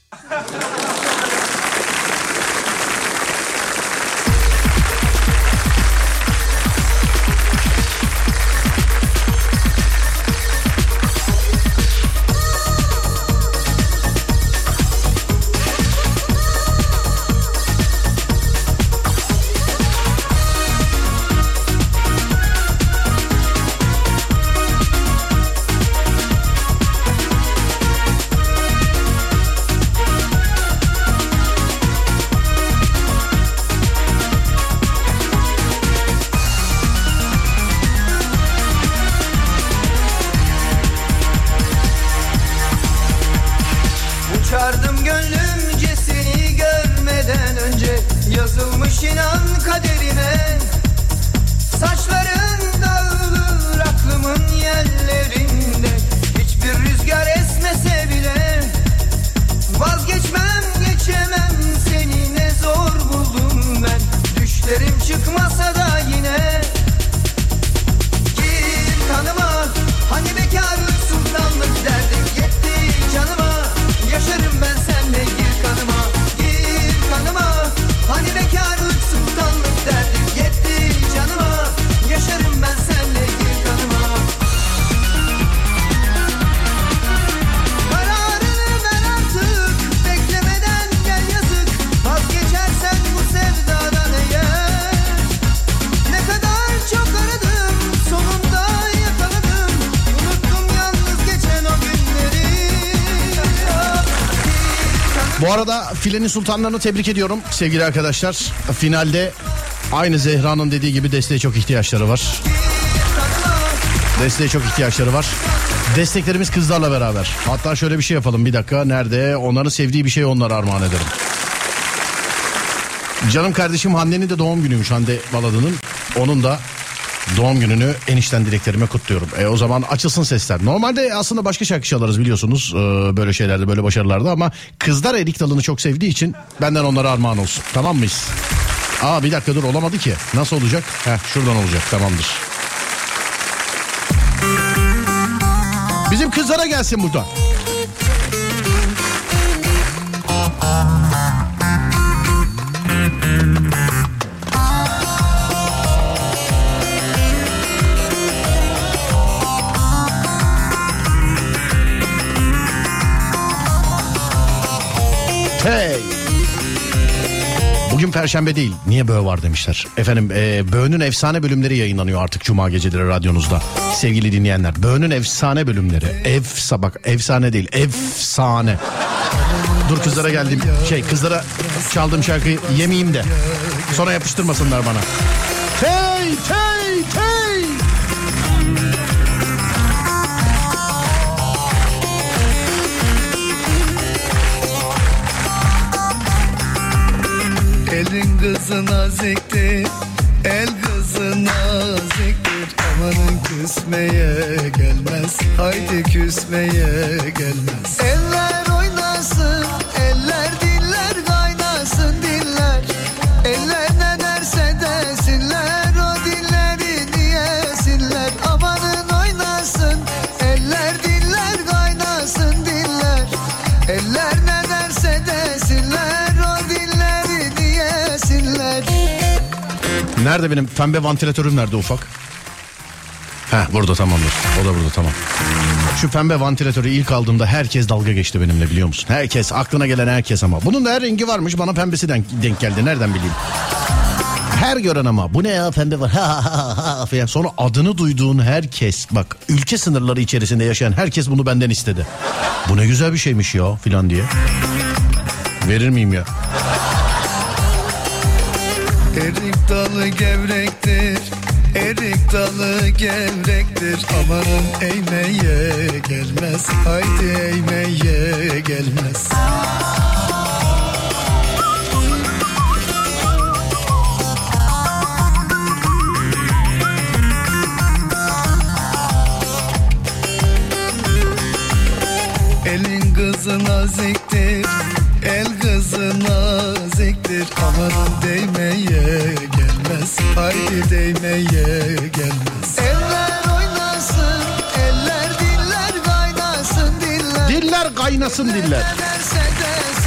Uçardım gönlümce seni görmeden önce, yazılmış inan kaderine. Saçların dağılır aklımın yerlerinde, hiçbir rüzgar esmese bile vazgeçmem geçemem seni, ne zor buldum ben. Düşlerim çıkmasa da yine gir kanıma, hani bekarlık sultanlık derdim yetti canıma. Yaşarım ben senle, gir kanıma, gir kanıma. Hani bekarlık sultanlık derdim yetti canıma. Yaşarım ben senle, gir kanıma. Kararını ver artık, beklemeden gel yazık. Vazgeçersen bu sevdadan eğer. Ne kadar çok aradım, sonunda yakaladım. Unuttum yalnız geçen o günleri. Bu arada filenin sultanlarını tebrik ediyorum sevgili arkadaşlar. Finalde aynı Zehra'nın dediği gibi desteğe çok ihtiyaçları var. Desteğe çok ihtiyaçları var. Desteklerimiz kızlarla beraber. Hatta şöyle bir şey yapalım, bir dakika. Nerede? Onların sevdiği bir şey onlara armağan ederim. Canım kardeşim Hande'nin de doğum günüymüş, Hande Baladı'nın. Onun da doğum gününü enişten dileklerime kutluyorum. O zaman açılsın sesler. Normalde aslında başka şarkı çalarız biliyorsunuz. Böyle şeylerde, böyle başarılarda, ama kızlar Erik Dalı'nı çok sevdiği için benden onlara armağan olsun. Tamam mıyız? Bir dakika dur, olamadı ki. Nasıl olacak? Şuradan olacak, tamamdır. Bizim kızlara gelsin burada. Hey! Bugün Perşembe değil. Niye böğ var demişler. Efendim Böğ'nün efsane bölümleri yayınlanıyor artık Cuma geceleri radyonuzda. Sevgili dinleyenler, Böğ'nün efsane bölümleri. Efsane değil, efsane. Dur kızlara geldim. Kızlara çaldığım şarkıyı yemeyeyim de sonra yapıştırmasınlar bana. Hey! Elin kızı naziktir, el kızı naziktir. Amanın küsmeye gelmez, haydi küsmeye gelmez. Eller oynasın, eller diller kaynasın diller. Eller ne derse desinler, o dilleri diyesinler. Amanın oynasın, eller diller kaynasın diller. Eller ne derse desinler, o dilleri diyesinler. Nerede benim pembe vantilatörüm, nerede ufak? Burada, tamamdır. O da burada, tamam. Şu pembe vantilatörü ilk aldığımda herkes dalga geçti benimle, biliyor musun? Herkes, aklına gelen herkes ama. Bunun da her rengi varmış, bana pembesi denk geldi. Nereden bileyim? Her gören ama bu ne ya, pembe var falan. Sonra adını duyduğun herkes, bak ülke sınırları içerisinde yaşayan herkes bunu benden istedi. Bu ne güzel bir şeymiş ya filan diye. Verir miyim ya? Erik dalı gevrektir, erik dalı gevrektir. Amanın eğmeye gelmez, haydi eğmeye gelmez. Elin kızı naziktir, el kızı naziktir. Amanın değmeye gelmez, haydi değmeye gelmez. Eller oynasın, eller diller kaynasın diller. Diller kaynasın diller. Ne derse desin.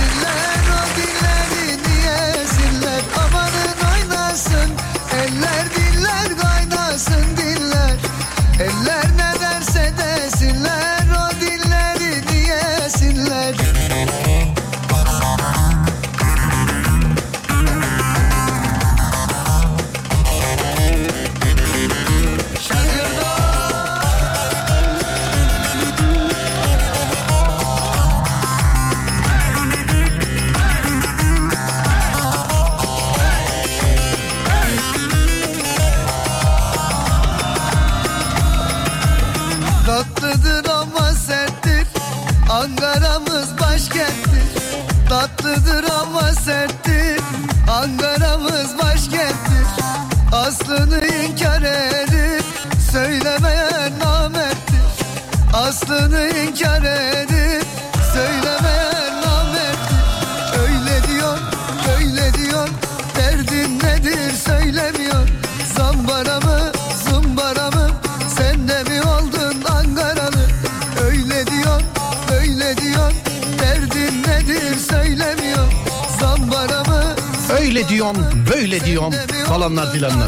Nazlıdır ama serttir, Ankara'mız başkenttir. Aslını inkar edip söylemeyen namerttir. Aslını inkar edip söylemeyen namerttir. Öyle diyor, böyle diyor, derdin nedir söylemiyor. Zambara mı, zumbara mı, sen de mi oldun Ankaralı? Öyle diyor, böyle diyor, derdin nedir söylemiyor. Zambara mı, Öyle diyorsun, böyle diyorsun falanlar filanlar.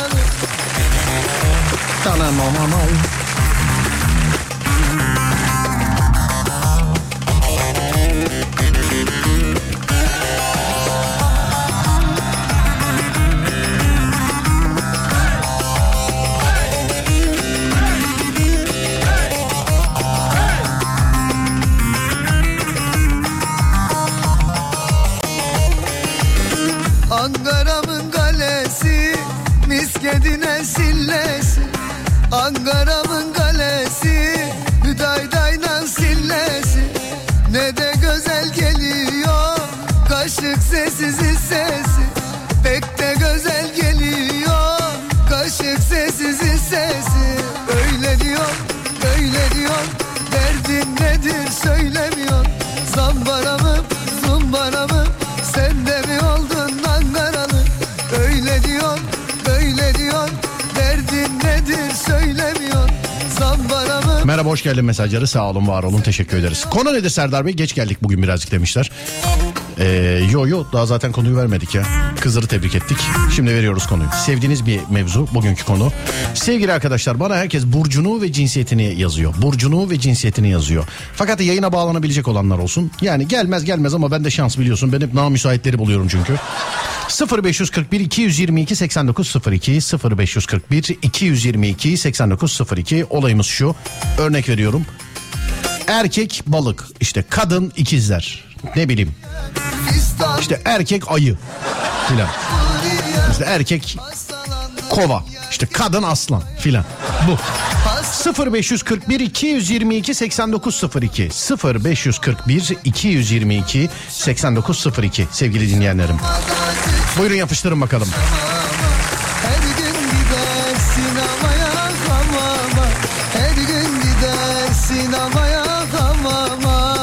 Ankara'mın kalesi, miskedine sillesi. Ankara'mın kalesi, hüdaydayla sillesi. Ne de güzel geliyor, kaşık sessiz sesi. Pek de güzel geliyor, kaşık sessiz sesi. Öyle diyor, böyle diyor, derdin nedir söylemiyor. Zambara mı, zumbara mı, sen de mi oldun Ankaralı? Öyle diyor, böyle diyor, derdin nedir söylemiyor. Zambara mı? Merhaba, hoş geldin mesajları, sağ olun, var olun, teşekkür ederiz. Konu nedir Serdar Bey? Geç geldik bugün birazcık demişler. Yo daha zaten konuyu vermedik ya. Kızları tebrik ettik. Şimdi veriyoruz konuyu. Sevdiğiniz bir mevzu bugünkü konu. Sevgili arkadaşlar, bana herkes burcunu ve cinsiyetini yazıyor. Burcunu ve cinsiyetini yazıyor. Fakat yayına bağlanabilecek olanlar olsun. Yani gelmez ama ben de şans, biliyorsun. Ben hep namüsaitleri buluyorum çünkü. 0541 222 8902 0541 222 8902. Olayımız şu. Örnek veriyorum. Erkek balık, işte kadın ikizler. Ne bileyim. İşte erkek ayı filan. İşte erkek kova, işte kadın aslan filan. Bu. 0541 222 8902 0541 222 8902 sevgili dinleyenlerim. Buyurun yapıştırın bakalım. Her gün gider sinemaya hamama. Her gün gider sinemaya hamama.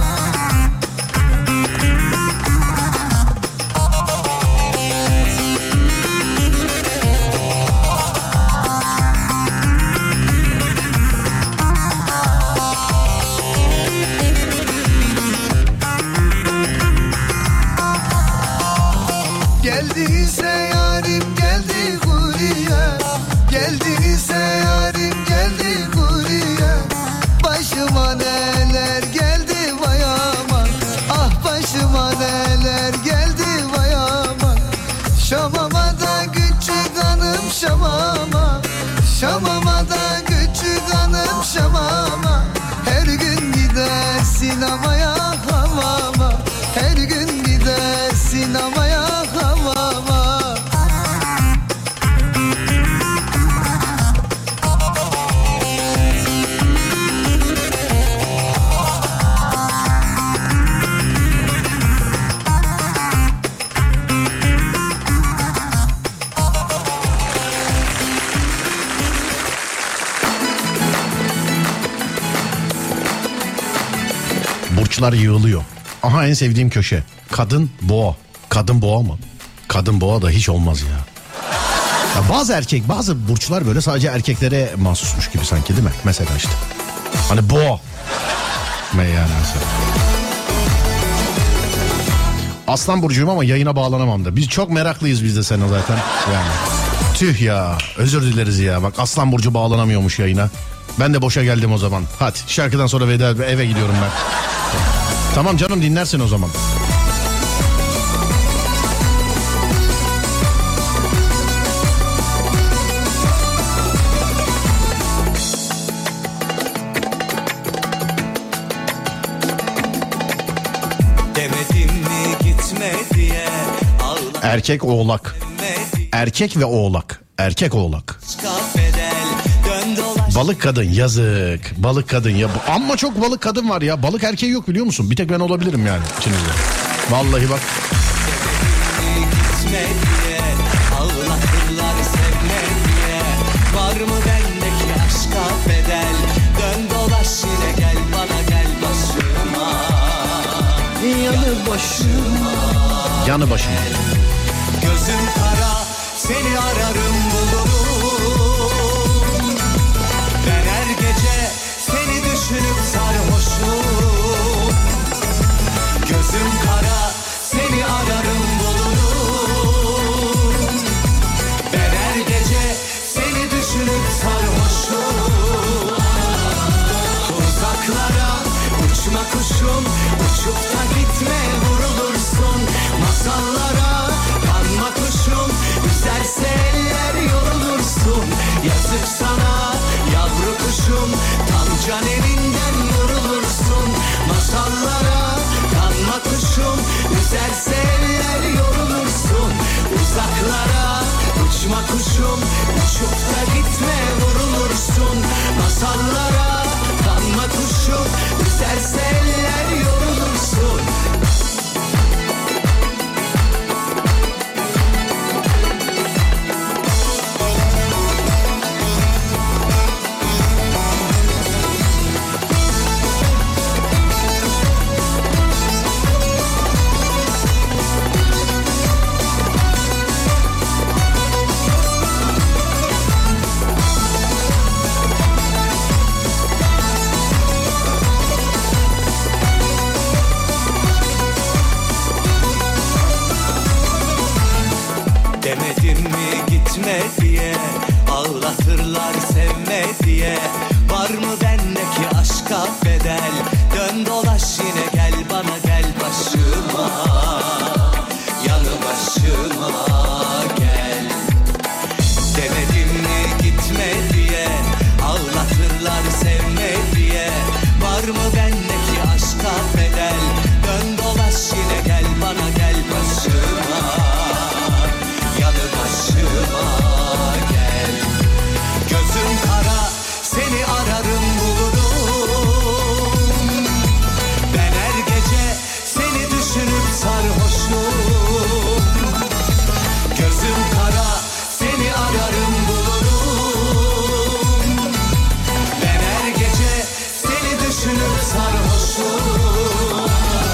Geldiyse yarim geldi huriye. Geldiyse yarim geldi huriye. Başıma neler geldi vay aman. Ah başıma neler geldi vay aman. Şamama da küçük hanım şamama. Şamama da küçük hanım şamama. Her gün gider sinemaya hamama. Her gün gider sinemaya hamama. Burçlar yığılıyor. Aha, en sevdiğim köşe. Kadın boğa. Kadın boğa mı? Kadın boğa da hiç olmaz ya. Bazı burçlar böyle sadece erkeklere mahsusmuş gibi sanki, değil mi? Mesela işte. Hani boğa. Meyhanesi. Aslan burcuyum ama yayına bağlanamam da. Biz çok meraklıyız biz de seninle zaten. Yani. Tüh ya. Özür dileriz ya. Bak, Aslan burcu bağlanamıyormuş yayına. Ben de boşa geldim o zaman. Hadi şarkıdan sonra veda, eve gidiyorum ben. Tamam canım, dinlersin o zaman. Demedim mi gitme diye ağla. Erkek oğlak. Erkek ve oğlak. Erkek oğlak. Balık kadın, yazık. Balık kadın ya. Amma çok balık kadın var ya. Balık erkeği yok, biliyor musun? Bir tek ben olabilirim yani içinizde. Vallahi bak. Gitme diye ağlatırlar sevme diye. Var mı bendeki aşka bedel? Dön dolaş yine gel bana gel başıma. Yanı başıma. Yanı başıma. Gözüm kara seni ararım bulurum. Ben her gece seni düşünüp sarhoşum. Gözüm kara seni ararım bulurum. Ben her gece seni düşünüp sarhoşum. Uzaklara uçma kuşum, uçup da gitme vurulursun. Masallara kanma kuşum, üzerse eller yorulursun. Yazık sana yavru kuşum, tam can evinden yorulursun. Masallara kanma kuşum, üzerse eller yorulursun. Uzaklara uçma kuşum, uçup da gitme vurulursun. Masallara kanma kuşum, üzerse eller yorulursun. Demedim mi gitme diye, ağlatırlar sevme diye. Var mı bendeki aşka bedel? Dön dolaş yine gel bana gel başıma. Yanı başıma gel. Demedim mi gitme diye, ağlatırlar sevme diye. Var mı bendeki aşka bedel? Dön dolaş yine gel bana gel başıma. Yanı başıma gel. Gözüm kara seni ararım bulurum. Ben her gece seni düşünüp sarhoşum. Gözüm kara seni ararım bulurum. Ben her gece seni düşünüp sarhoşum.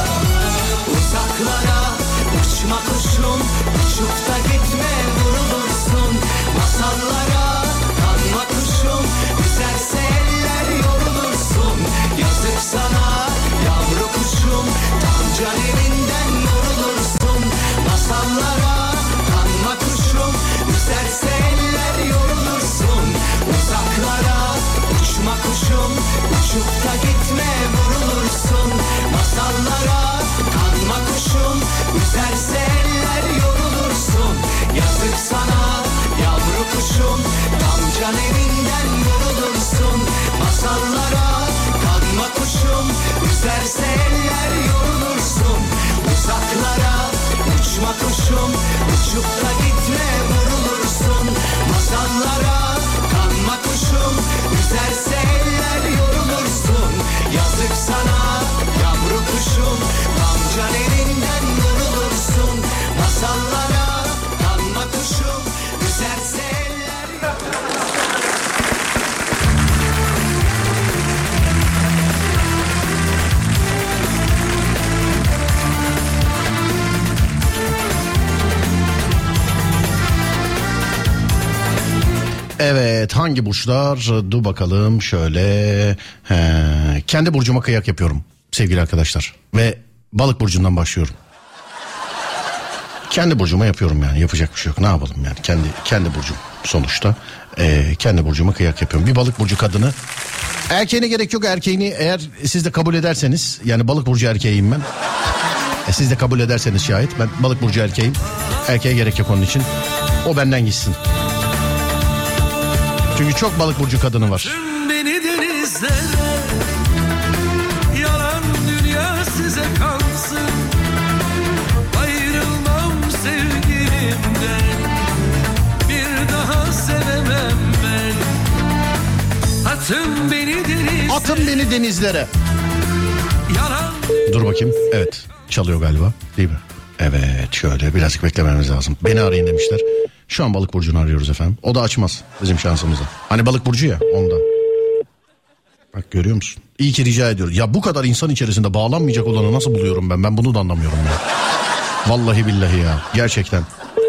Uzaklara uçma kuşum, uçup da gitme vurulursun. Masallara kanma kuşum, üzerse eller yorulursun. Yazık sana yavru kuşum, tam can evinden yorulursun. Masallara kanma kuşum, üzerse eller yorulursun. Uzaklara uçma kuşum, uçup da gitme vurulursun. Masallara kanma kuşum, üzerse eller yorulursun. Yazık sana yavru kuşum, tam can evinden yorulursun. Masallara kanma kuşum, üzerse eller yorulursun. Uzaklara uçma kuşum, uçup da gitme vurulursun. Masallara kanma kuşum, üzerse eller yorulursun. Yazık sana yavru kuşum, tam can evinden yorulursun. Masallara kanma kuşum, üzerse eller Evet, hangi burçlar? Dur bakalım şöyle. Kendi burcuma kıyak yapıyorum sevgili arkadaşlar. Ve balık burcundan başlıyorum. Kendi burcuma yapıyorum yani, yapacak bir şey yok. Ne yapalım yani, kendi burcum sonuçta. Kendi burcuma kıyak yapıyorum. Bir balık burcu kadını. Erkeğine gerek yok, erkeğini eğer siz de kabul ederseniz, yani balık burcu erkeğiyim ben. Siz de kabul ederseniz şayet, ben balık burcu erkeğim. Erkeğe gerek yok onun için. O benden gitsin. Çünkü çok balık burcu kadını var. Beni denizlere, yalan dünya size kalsın. Ayrılmam sevgilimden, bir daha sevemem ben. Atın beni denizlere. Atın beni denizlere. Yalan. Dur bakayım, evet. çalıyor galiba değil mi? Evet, şöyle birazcık beklememiz lazım. Beni arayın demişler. Şu an balık burcunu arıyoruz efendim. O da açmaz bizim şansımıza. Hani balık burcu ya, ondan. Bak görüyor musun? İyi ki rica ediyoruz. Ya bu kadar insan içerisinde bağlanmayacak olanı nasıl buluyorum ben? Ben bunu da anlamıyorum ya. Vallahi billahi ya. Gerçekten.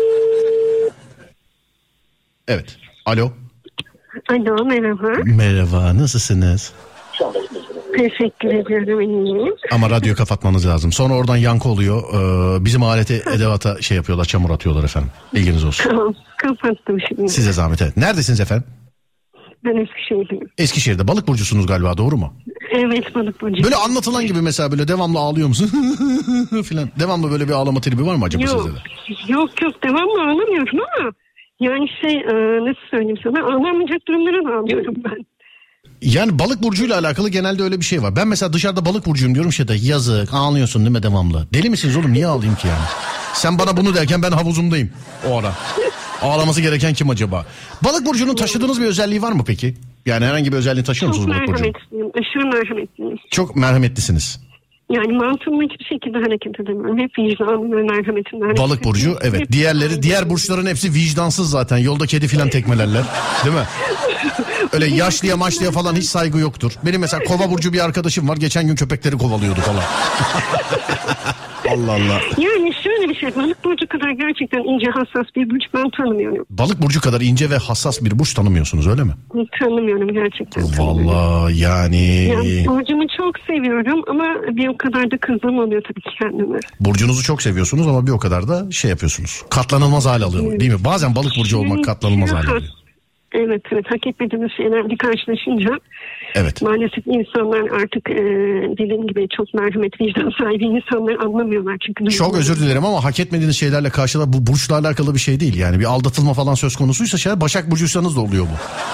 Evet. Alo. Alo, merhaba. Merhaba, nasılsınız? Teşekkür ediyorum, iyiyim. Ama radyo kapatmanız lazım. Sonra oradan yankı oluyor. Bizim alete edevata şey yapıyorlar, çamur atıyorlar efendim. İlginiz olsun. Tamam, kapattım şimdi. Size zahmet, evet. Neredesiniz efendim? Ben Eskişehir'deyim. Eskişehir'de. Balık burcusunuz galiba, doğru mu? Evet, balık burcu. Böyle anlatılan gibi mesela böyle devamlı ağlıyor musun? filan. Devamlı böyle bir ağlama tribi var mı acaba sizde de? Yok, devamlı ağlamıyorum ama yani nasıl söyleyeyim sana, ağlamayacak durumlara da ağlıyorum ben. Yani balık burcuyla alakalı genelde öyle bir şey var. Ben mesela dışarıda balık burcuyum diyorum, yazık, ağlıyorsun değil mi devamlı? Deli misiniz oğlum, niye ağlayayım ki yani? Sen bana bunu derken ben havuzumdayım o ara. Ağlaması gereken kim acaba? Balık burcunun taşıdığınız bir özelliği var mı peki? Yani herhangi bir özelliğini taşıyor musunuz balık burcunun? Çok merhametliyim, aşırı merhametliyim. Çok merhametlisiniz. Yani mantığımla hiçbir şekilde hareket edemiyorum. Hep vicdanım ve merhametimle. Balık burcu, evet. Diğer burçların hepsi vicdansız zaten. Yolda kedi filan tekmelerler. Değil mi? Öyle yaşlıya maçlıya falan hiç saygı yoktur. Benim mesela kova burcu bir arkadaşım var. Geçen gün köpekleri kovalıyordu falan. Allah Allah. Yani şöyle bir şey. Balık burcu kadar gerçekten ince, hassas bir burç ben tanımıyorum. Balık burcu kadar ince ve hassas bir burç tanımıyorsunuz, öyle mi? Tanımıyorum gerçekten. Vallahi yani burcumu çok seviyorum ama bir o kadar da kızdığım oluyor tabii ki kendime. Burcunuzu çok seviyorsunuz ama bir o kadar da şey yapıyorsunuz. Katlanılmaz hale alıyor değil mi? Bazen balık burcu olmak katlanılmaz hale alıyor. Evet, hak etmediğimiz şeylerle karşılaşınca evet. Maalesef insanlar artık dediğim gibi çok merhamet, vicdan sahibi insanlar anlamıyorlar çünkü. Çok özür dilerim ama hak etmediğiniz şeylerle karşıla, bu burçla alakalı bir şey değil. Yani bir aldatılma falan söz konusuysa Başak burcuysanız da oluyor bu.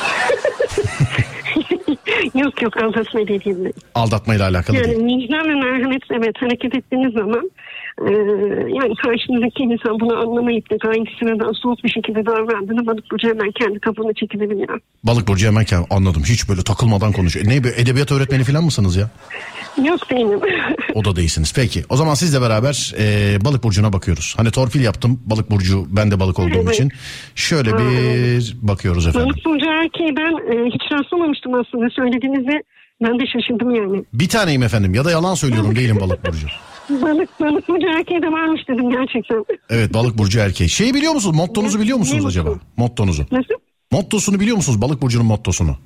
Yok aldatma dediğimde. Aldatmayla alakalı yani değil. Yani vicdan ve merhamet, evet, hareket ettiğiniz zaman yani karşınızdaki insan bunu anlamayıp da gayet sıradan soğuk bir şekilde davrandığında balık burcu hemen kendi kabuğuna çekilebiliyor. Balık burcu hemen anladım. Hiç böyle takılmadan konuşuyor. Ne, böyle edebiyat öğretmeni falan mısınız ya? Yok, değilim. O da değilsiniz. Peki o zaman sizle beraber balık burcuna bakıyoruz. Hani torpil yaptım, balık burcu, ben de balık olduğum için. Şöyle bir bakıyoruz efendim. Balık burcu erkeği ben hiç rastlamamıştım aslında, söylediğinizde ben de şaşırdım yani. Bir taneyim efendim, ya da yalan söylüyorum, değilim balık burcu. Balık burcu erkeği de varmış dedim gerçekten. Evet, balık burcu erkeği. Şeyi biliyor musunuz? Mottonuzu biliyor musunuz ne acaba? Mottonuzu. Nasıl? Mottosunu biliyor musunuz? Balık burcunun mottosunu.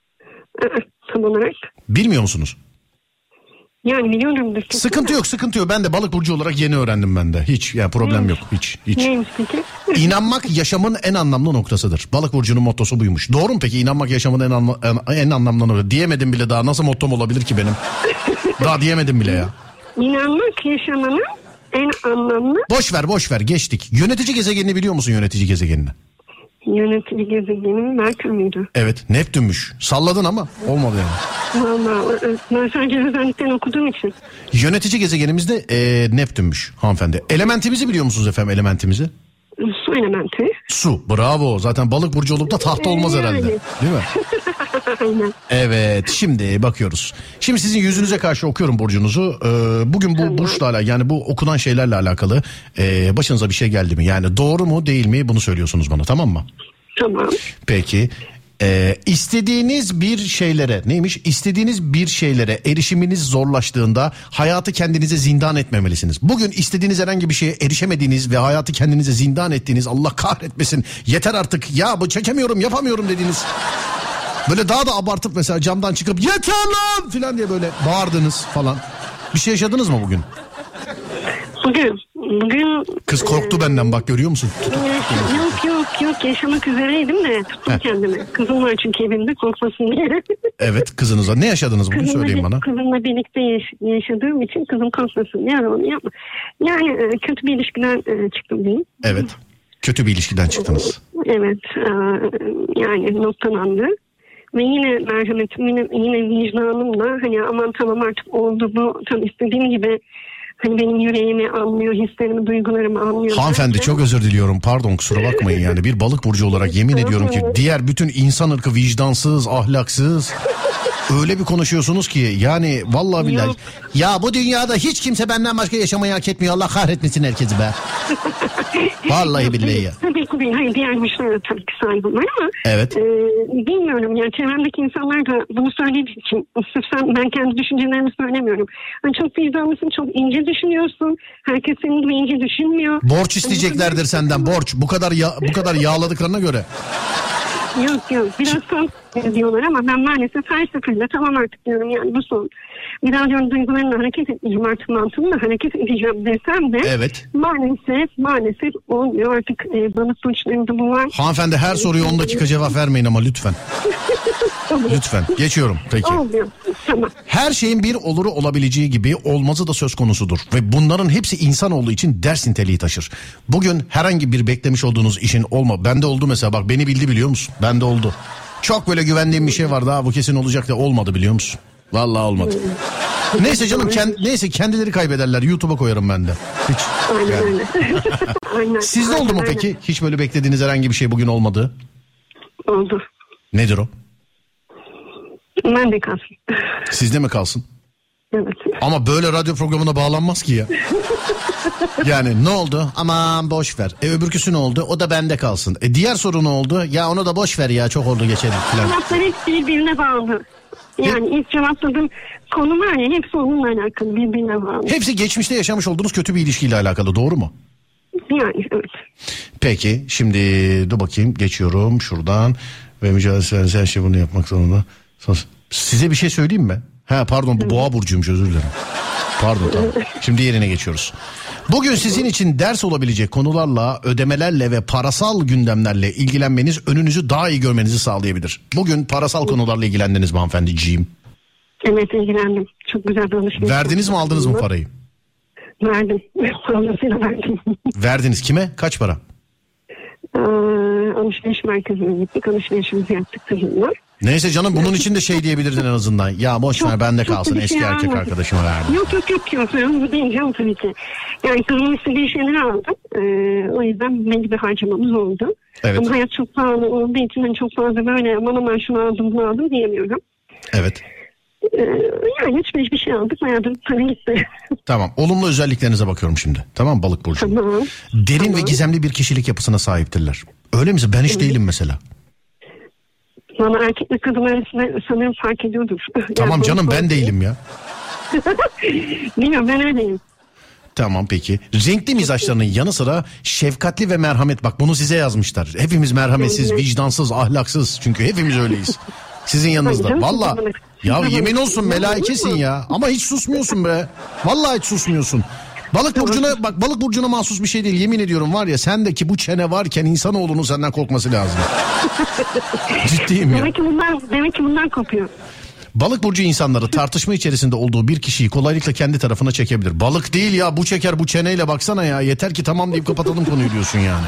Tam olarak. Bilmiyor musunuz? Yani biliyorum. Sıkıntı yok. Ben de balık burcu olarak yeni öğrendim ben de. Hiç yani problem yok. Hiç. Neymiş peki? İnanmak yaşamın en anlamlı noktasıdır. Balık burcunun mottosu buymuş. Doğru mu peki? İnanmak yaşamın en anlamlı noktası. Diyemedim bile daha. Nasıl mottom olabilir ki benim? Daha diyemedim bile ya. İnanmak yaşamanın en anlamlı. Boş ver geçtik. Yönetici gezegenini biliyor musun, yönetici gezegenini? Yönetici gezegenin Merkür müydü? Evet, Neptünmüş. Salladın ama olmadı yani. Vallahi ben sadece özellikten okuduğum için. Yönetici gezegenimiz de Neptünmüş hanımefendi. Elementimizi biliyor musunuz efendim, elementimizi? Su elementi. Su, bravo. Zaten balık burcu olup da tahta olmaz herhalde. Değil mi? Aynen. Evet, şimdi bakıyoruz. Şimdi sizin yüzünüze karşı okuyorum burcunuzu. Bugün bu burçla alakalı, yani bu okunan şeylerle alakalı başınıza bir şey geldi mi? Yani doğru mu değil mi, bunu söylüyorsunuz bana, tamam mı? Tamam. Peki. İstediğiniz bir şeylere, neymiş? İstediğiniz bir şeylere erişiminiz zorlaştığında hayatı kendinize zindan etmemelisiniz. Bugün istediğiniz herhangi bir şeye erişemediğiniz ve hayatı kendinize zindan ettiğiniz, Allah kahretmesin, yeter artık ya, bu çekemiyorum, yapamıyorum dediğiniz, böyle daha da abartıp mesela camdan çıkıp yeter lan falan diye böyle bağırdınız falan. Bir şey yaşadınız mı bugün? Bugün kız korktu benden, bak görüyor musun? Yok yaşamak üzereydim de tuttum kendimi. Kızım var çünkü evimde, korkmasın diye. Evet, kızınıza ne yaşadınız bugün, söyleyin bana. Kızımla birlikte yaşadığım için kızım korkmasın diye onu yapma. Yani kötü bir ilişkiden çıktım diyeyim. Evet, kötü bir ilişkiden çıktınız. Evet, yani noktalandı. Ve yine merhametim, yine vicdanımla hani aman tamam artık oldu bu, tam istediğim gibi. Hani benim yüreğimi anlıyor, hislerimi, duygularımı anlıyor. Hanımefendi çok özür diliyorum, pardon, kusura bakmayın yani, bir balık burcu olarak yemin ediyorum ki diğer bütün insan ırkı vicdansız, ahlaksız. Öyle bir konuşuyorsunuz ki yani vallahi billahi. Yok. Ya bu dünyada hiç kimse benden başka yaşamayı hak etmiyor. Allah kahretmesin herkesi be. Vallahi billahi ya. Tabii ki değil. Hayır, diğer burçlara tabii ki saygım var ama Evet. bilmiyorum yani çevremdeki insanlar da bunu söylediği için sırf ben kendi düşüncelerimi söylemiyorum. Yani çok vicdanlısın, çok ince düşünüyorsun. Herkes senin gibi ince düşünmüyor. Borç isteyeceklerdir senden, borç. Bu kadar yağladıklarına göre. Yok biraz son diyorlar ama ben maalesef her seferinde tamam artık diyorum yani bu son. Bir daha diyorum duygularımla hareket etmeyeceğim artık, mantığımla hareket edeceğim desem de Evet. maalesef olmuyor artık. Balık burçlarında bu var. Hanımefendi her soruya 10 dakika cevap vermeyin ama lütfen. Lütfen. Geçiyorum peki. Olmuyor. Tamam. Her şeyin bir oluru olabileceği gibi olmazı da söz konusudur. Ve bunların hepsi insanoğlu için ders niteliği taşır. Bugün herhangi bir beklemiş olduğunuz işin bende oldu mesela, bak beni bildi biliyor musun? Bende oldu. Çok böyle güvendiğim bir şey vardı, bu kesin olacak da olmadı biliyor musun? Vallahi olmadı. Neyse canım, neyse kendileri kaybederler, YouTube'a koyarım ben de. Hiç. Aynen Yani. öyle. Aynen. Sizde oldu mu Aynen. peki? Hiç böyle beklediğiniz herhangi bir şey bugün olmadı? Oldu. Nedir o? Ben de kalsın. Sizde mi kalsın? Evet. Ama böyle radyo programına bağlanmaz ki ya. Yani ne oldu? Aman boş ver. Öbürküsü ne oldu? O da bende kalsın. Diğer soru ne oldu? Ya onu da boş ver ya, çok oldu geçelim falan. Cevaplar hepsi birbirine bağlı. Yani ilk cevapladığım konu var ya, hepsi onunla alakalı, birbirine bağlı. Hepsi geçmişte yaşamış olduğunuz kötü bir ilişkiyle alakalı, doğru mu? Yani evet. Peki şimdi dur bakayım, geçiyorum şuradan. Ve mücadelesi her şey bunu yapmak zorunda. Size bir şey söyleyeyim mi? Pardon, bu boğa burcuymuş, özür dilerim. Pardon, tamam. Şimdi yerine geçiyoruz. Bugün sizin için ders olabilecek konularla, ödemelerle ve parasal gündemlerle ilgilenmeniz önünüzü daha iyi görmenizi sağlayabilir. Bugün parasal konularla ilgilendiniz mi hanımefendiciğim? Evet, ilgilendim. Çok güzel bir alışveriş. Verdiniz mi, aldınız mı parayı? Verdim. Fazlasıyla verdim. Verdiniz kime? Kaç para? Alışveriş merkezine gittik. Alışverişimizi yaptık kızımla. Neyse canım, bunun için de şey diyebilirdin en azından. Ya boş ver, bende kalsın, eski erkek arkadaşıma verdim. Yok. Bu değil canım tabii ki. Yani kızımın istediği şeyleri aldım. O yüzden belli bir harcamamız oldu. Evet. Ama hayat çok pahalı olduğu için hani çok fazla böyle aman şunu aldım bunu aldım diyemiyorum. Evet. Yani hiçbir şey aldık. Bayağı da para gitti. Tamam, olumlu özelliklerinize bakıyorum şimdi. Tamam, balık burcu. Tamam. Derin ve gizemli bir kişilik yapısına sahiptirler. Öyle mi? Ben hiç değilim mesela. Bana erkekle kadın arasında sanırım fark ediyordur. Tamam Yani canım, ben değilim ya. Bilmiyorum, ben öyleyim. Tamam peki. Renkli mizaçlarının yanı sıra şefkatli ve merhamet. Bak bunu size yazmışlar. Hepimiz merhametsiz, vicdansız, ahlaksız. Çünkü hepimiz öyleyiz. Sizin yanınızda. Hayır, Valla. canım. Ya yemin olsun melaikesin ya. Ama hiç susmuyorsun be. Vallahi hiç susmuyorsun. Balık burcuna mahsus bir şey değil. Yemin ediyorum var ya, sendeki bu çene varken insanoğlunun senden korkması lazım. Ciddiyim ya. Demek ki bundan kopuyor. Balık burcu insanları tartışma içerisinde olduğu bir kişiyi kolaylıkla kendi tarafına çekebilir. Balık değil ya, bu çeker, bu çeneyle baksana ya. Yeter ki tamam deyip kapatalım konuyu diyorsun yani.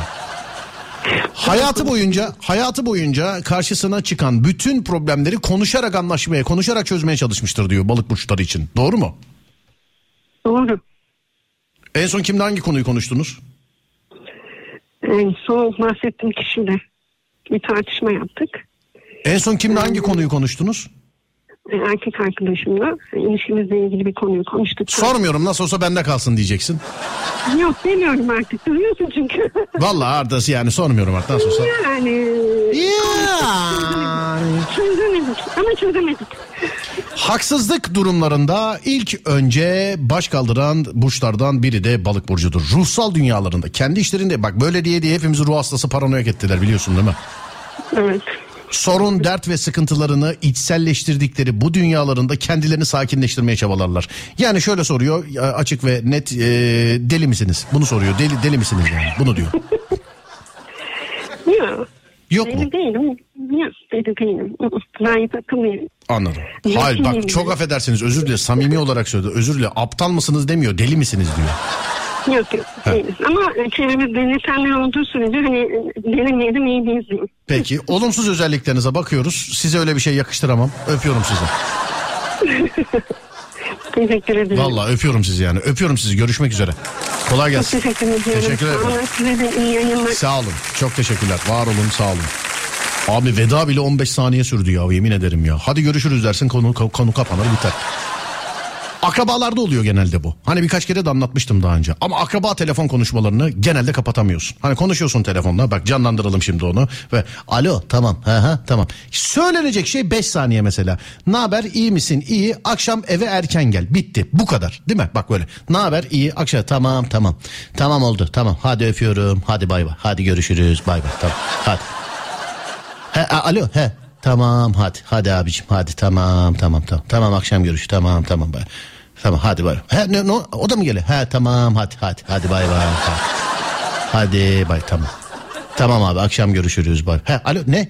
Hayatı boyunca karşısına çıkan bütün problemleri konuşarak anlaşmaya, konuşarak çözmeye çalışmıştır diyor balık burçları için. Doğru mu? Doğru. En son kimle hangi konuyu konuştunuz? En son bahsettiğim kişiyle bir tartışma yaptık. En son kimle hangi konuyu konuştunuz? Erkek arkadaşımla ilişkimizle ilgili bir konuyu konuştuk. Sormuyorum, nasıl olsa bende kalsın diyeceksin. Yok demiyorum artık. Duyuyorsun çünkü. Vallahi Arda'sı yani, sormuyorum artık, nasıl olsa. Yani. Çözemedik. Haksızlık durumlarında ilk önce baş kaldıran burçlardan biri de balık burcudur. Ruhsal dünyalarında, kendi işlerinde, bak böyle diye hepimizi ruh hastası, paranoyak ettiler biliyorsun değil mi? Evet. Sorun, dert ve sıkıntılarını içselleştirdikleri bu dünyalarında kendilerini sakinleştirmeye çabalarlar. Yani şöyle soruyor açık ve net, deli misiniz? Bunu soruyor. Deli misiniz yani? Bunu diyor. Yok mu? Deli değilim. Yok, deli değilim. Gayet akıllıyım. Anladım. Hayır bak, çok affedersiniz, özür dilerim, samimi olarak söyledi. Özür dilerim, aptal mısınız demiyor, deli misiniz diyor. Yok değiliz. Ama çevremizde denetenler olduğu sürece hani denemeyelim, iyi değiliz diyeyim. Peki olumsuz özelliklerinize bakıyoruz. Size öyle bir şey yakıştıramam. Öpüyorum sizi. Teşekkür ederim. Vallahi öpüyorum sizi yani. Öpüyorum sizi. Görüşmek üzere. Kolay gelsin. Teşekkür ederim. Teşekkür ederim. Size de iyi yayınlar. Sağ olun. Çok teşekkürler. Var olun, sağ olun. Abi veda bile 15 saniye sürdü ya, yemin ederim ya. Hadi görüşürüz dersin, konu kapanır biter. Akrabalarda oluyor genelde bu. Hani birkaç kere de anlatmıştım daha önce. Ama akraba telefon konuşmalarını genelde kapatamıyorsun. Hani konuşuyorsun telefonla, bak canlandıralım şimdi onu. Ve alo tamam tamam. Söylenecek şey 5 saniye mesela. Ne haber, iyi misin, iyi, akşam eve erken gel, bitti, bu kadar değil mi? Bak böyle, ne haber, iyi, akşam tamam. Tamam oldu, tamam, hadi öpüyorum, hadi bay bay, hadi görüşürüz, bay bay, tamam, hadi. Alo tamam, hadi abicim, hadi tamam akşam görüş, tamam bay. Tamam hadi bay. O da mı geliyor? Tamam hadi bay bay. Hadi bay, tamam. Tamam abi, akşam görüşürüz, bay. Alo ne?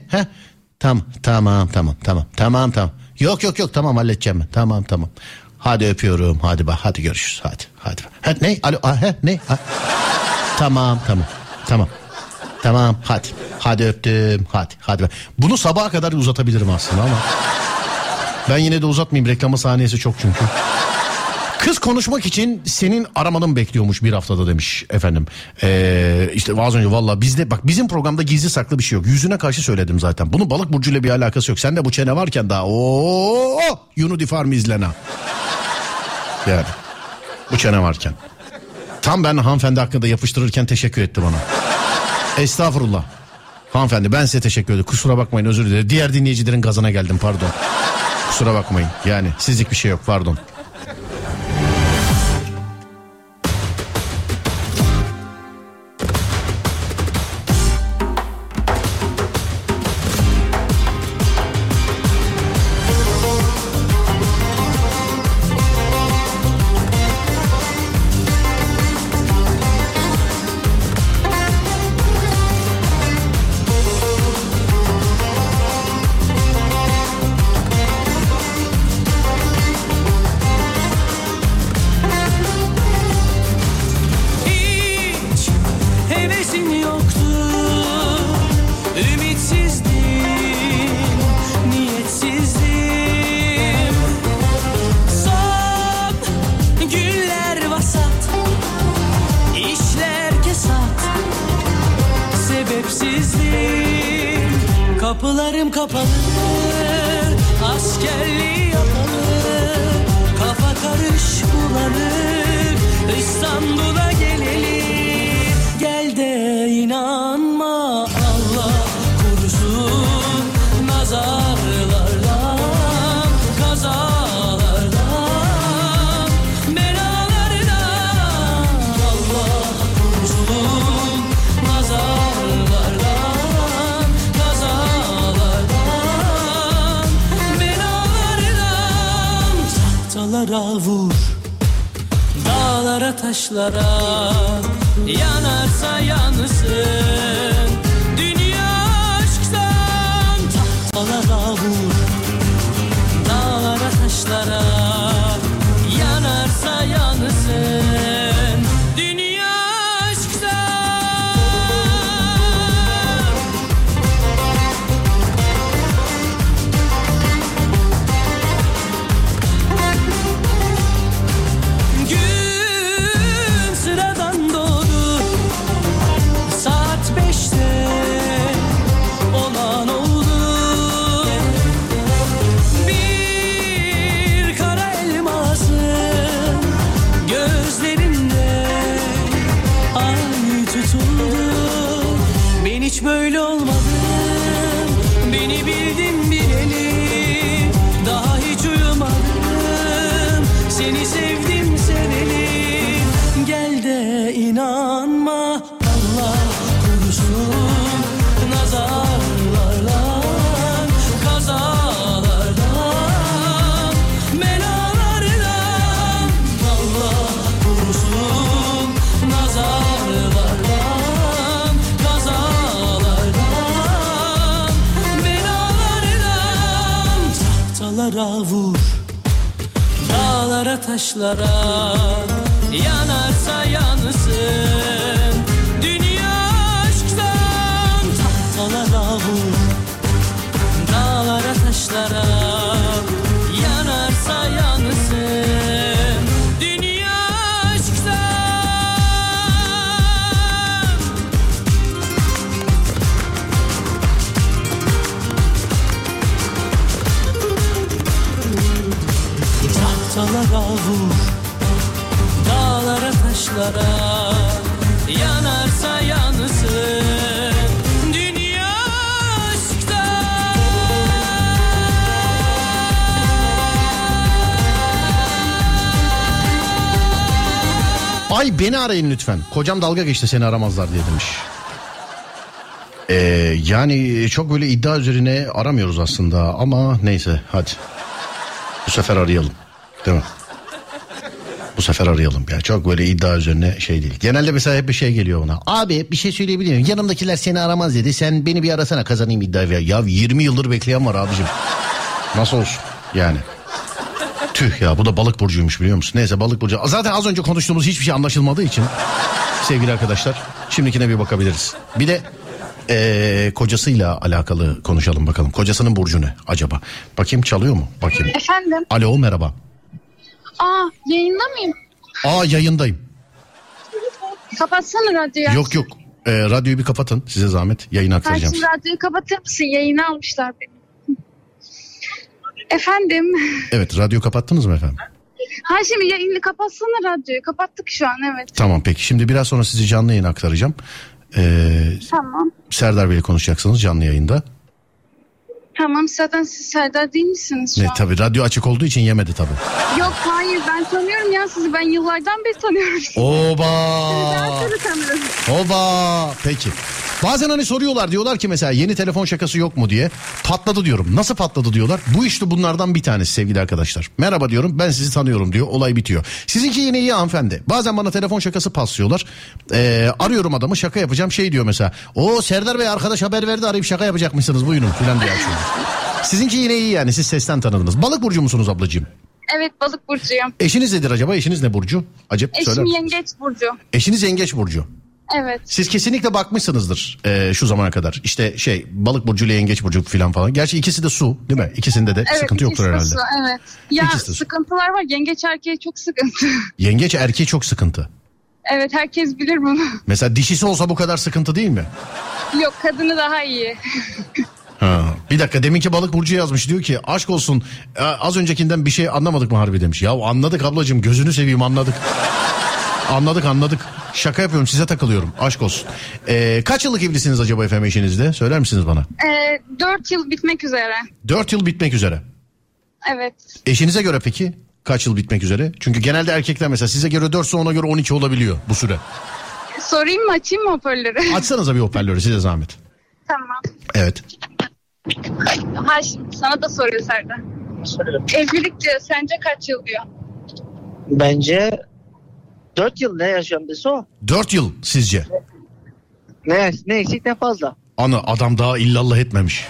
Tamam. Yok tamam, halledeceğim ben. Tamam. Hadi öpüyorum, hadi bay, hadi görüşürüz, hadi. Ne? Alo ne? Tamam. Tamam hadi öptüm, hadi. Bunu sabaha kadar uzatabilirim aslında ama ben yine de uzatmayayım, reklama saniyesi çok çünkü. Kız konuşmak için senin aramanı bekliyormuş bir haftada demiş efendim. İşte az önce valla bizde, bak bizim programda gizli saklı bir şey yok. Yüzüne karşı söyledim zaten. Bunun balık burcuyla bir alakası yok. Sen de bu çene varken daha Unity Farm izlena. Yani bu çene varken. Tam ben hanımefendi hakkında yapıştırırken teşekkür etti bana. Estağfurullah. Hanımefendi ben size teşekkür ederim. Kusura bakmayın, özür dilerim. Diğer dinleyicilerin gazına geldim, pardon. Kusura bakmayın. Yani sizlik bir şey yok, pardon. Kapılarım kapalı, askerliği yapalı, kafa karış bulanık, İstanbul'a gelelim. Gel de inanma, Allah korusun nazarlardan, kazalardan, belalardan. Allah korusun nazarlardan, kazalardan, belalardan. Tahtalara vur, dağlara taşlara, yanarsa yansın dünya aşktan. Tahtalara vur, dağlara taşlara, yanarsa yansın dünya aşktan. Gün sıradan doğdu, saat 5'te olan oldu. Bir kara elmasın gözlerinde ay tutuldu. Ben hiç böyle olmadım, beni bildin bileli, daha hiç uyumadım, seni sevdim seveli. Gel de inanma, Allah korusun nazarlardan, kazalardan, belalardan. Allah korusun nazarlardan, kazalardan, belalardan. Tahtalara vur, dağlara taşlara, yanarsa yansın dünya aşktan. Tahtalara vur, dağlara taşlara, yanarsa yansın dünya aşktan. Ay beni arayın lütfen. Kocam dalga geçti seni aramazlar diye demiş. Yani çok böyle iddia üzerine aramıyoruz aslında ama neyse hadi. Bu sefer arayalım. Değil mi? Bu sefer arayalım ya. Çok böyle iddia üzerine şey değil. Genelde mesela hep bir şey geliyor ona. Abi bir şey söyleyebilir miyim? Yanımdakiler seni aramaz dedi. Sen beni bir arasana kazanayım iddiayı. Ya 20 yıldır bekleyen var abicim. Nasıl olsun yani. Tüh ya bu da balık burcuymuş biliyor musun? Neyse balık burcu. Zaten az önce konuştuğumuz hiçbir şey anlaşılmadığı için sevgili arkadaşlar şimdikine bir bakabiliriz. Bir de kocasıyla alakalı konuşalım bakalım. Kocasının burcu ne acaba? Bakayım çalıyor mu? Bakayım. Efendim? Alo merhaba. Yayında mıyım? Yayındayım. Kapatsana radyoyu. Yok. Radyoyu bir kapatın size zahmet. Yayını aktaracağım. Şimdi radyoyu kapatır mısın? Yayını almışlar beni. Efendim? Evet radyo kapattınız mı efendim? Şimdi yayını kapatsana radyoyu. Kapattık şu an evet. Tamam peki şimdi biraz sonra sizi canlı yayına aktaracağım. Tamam. Serdar Bey'le konuşacaksınız canlı yayında. Tamam zaten siz Serdar değil misiniz şu an? Tabii radyo açık olduğu için yemedi tabii. Yok hayır ben tanıyorum ya sizi. Ben yıllardan beri tanıyorum. Oba! Ben sizi tanırım. Oba! Peki. Bazen hani soruyorlar diyorlar ki mesela yeni telefon şakası yok mu diye. Patladı diyorum. Nasıl patladı diyorlar. Bu işte bunlardan bir tanesi sevgili arkadaşlar. Merhaba diyorum ben sizi tanıyorum diyor. Olay bitiyor. Sizinki yine iyi hanımefendi. Bazen bana telefon şakası paslıyorlar. Arıyorum adamı şaka yapacağım şey diyor mesela. O Serdar Bey arkadaş haber verdi arayıp şaka yapacakmışsınız buyurun filan diye açıyor. Sizinki yine iyi yani siz sesten tanıdınız. Balık burcu musunuz ablacığım? Evet balık burcuyum. Eşiniz nedir acaba? Eşiniz ne burcu? Acep Eşim söyler. yengeç burcu. Eşiniz yengeç burcu. Evet. Siz kesinlikle bakmışsınızdır şu zamana kadar. İşte balık burcu ile yengeç burcu falan. Gerçi ikisi de su değil mi? İkisinde de Evet, sıkıntı yoktur herhalde. Su, evet. Ya İkisi de su. sıkıntılar var. Yengeç erkeği çok sıkıntı. Yengeç erkeği çok sıkıntı. Evet herkes bilir bunu. Mesela dişisi olsa bu kadar sıkıntı değil mi? Yok kadını daha iyi. Bir dakika deminki balık burcu yazmış diyor ki aşk olsun az öncekinden bir şey anlamadık mı harbi demiş. Ya anladık ablacığım gözünü seveyim anladık. Anladık. Şaka yapıyorum size takılıyorum aşk olsun. Kaç yıllık evlisiniz acaba efendim eşinizle söyler misiniz bana? 4 yıl bitmek üzere. 4 yıl bitmek üzere. Evet. Eşinize göre peki kaç yıl bitmek üzere? Çünkü genelde erkekler mesela size göre 4 ise ona göre 12 olabiliyor bu süre. Sorayım mı açayım mı hoparlörü? Açsanıza bir hoparlörü size zahmet. Tamam. Evet. Şimdi sana da soruyor Serdar. Evlilik diyor sence kaç yıl diyor? Bence 4 yıl ne yaşıyorum dese o. 4 yıl sizce? Ne eksik ne fazla. Adam daha illallah etmemiş.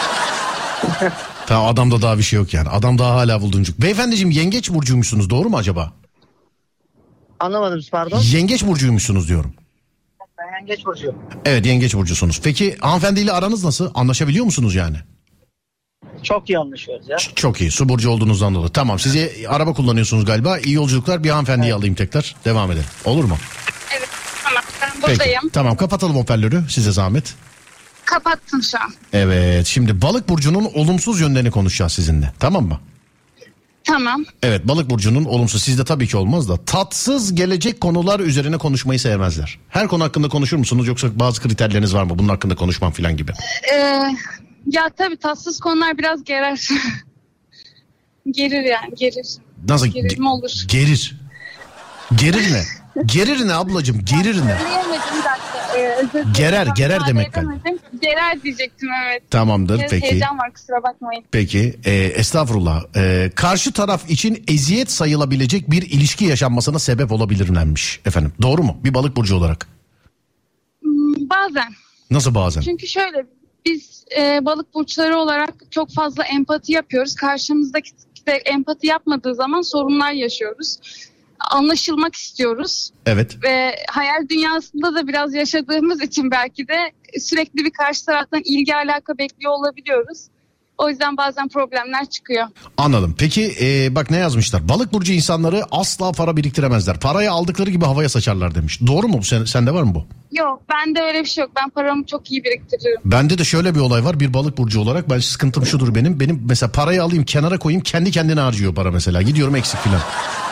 Tamam adamda daha bir şey yok yani. Adam daha hala bulduncuk. Beyefendiciğim yengeç burcuymuşsunuz doğru mu acaba? Anlamadım pardon. Yengeç burcuymuşsunuz diyorum. Ben yengeç burcuyum. Evet yengeç burcusunuz. Peki hanımefendiyle aranız nasıl? Anlaşabiliyor musunuz yani? Çok iyi anlaşıyoruz ya. Çok iyi. Su burcu olduğunuzdan dolayı. Tamam sizi araba kullanıyorsunuz galiba. İyi yolculuklar. Bir hanımefendiyi alayım tekrar. Devam edelim. Olur mu? Evet tamam ben buradayım. Peki. Tamam kapatalım hoparlörü. Size zahmet. Kapattım şu an. Evet şimdi balık burcunun olumsuz yönlerini konuşacağız sizinle. Tamam mı? Tamam. Evet balık burcunun olumsuz sizde tabii ki olmaz da tatsız gelecek konular üzerine konuşmayı sevmezler. Her konu hakkında konuşur musunuz yoksa bazı kriterleriniz var mı bunun hakkında konuşmam falan gibi? Ya tabii tatsız konular biraz gerer. Gerir yani gerir. Nasıl? Gerilme olur. Gerir. Gerir ne? Gerir ne ablacığım gerir ne? Söyleyemedim bir dakika. Özür dilerim. Gerer demek galiba. Gerer diyecektim evet. Tamamdır Biraz peki. heyecan var kusura bakmayın. Peki estağfurullah. Karşı taraf için eziyet sayılabilecek bir ilişki yaşanmasına sebep olabilirlenmiş efendim. Doğru mu? Bir balık burcu olarak. Bazen. Nasıl bazen? Çünkü şöyle biz balık burçları olarak çok fazla empati yapıyoruz. Karşımızdaki de empati yapmadığı zaman sorunlar yaşıyoruz. Anlaşılmak istiyoruz. Evet. Ve hayal dünyasında da biraz yaşadığımız için belki de sürekli bir karşı taraftan ilgi alaka bekliyor olabiliyoruz. O yüzden bazen problemler çıkıyor. Anladım. Peki bak ne yazmışlar? Balık burcu insanları asla para biriktiremezler. Parayı aldıkları gibi havaya saçarlar demiş. Doğru mu? Sende var mı bu? Yok bende öyle bir şey yok. Ben paramı çok iyi biriktiririm. Bende de şöyle bir olay var. Bir balık burcu olarak ben sıkıntım şudur benim. Benim mesela parayı alayım kenara koyayım kendi kendine harcıyor para mesela. Gidiyorum eksik filan.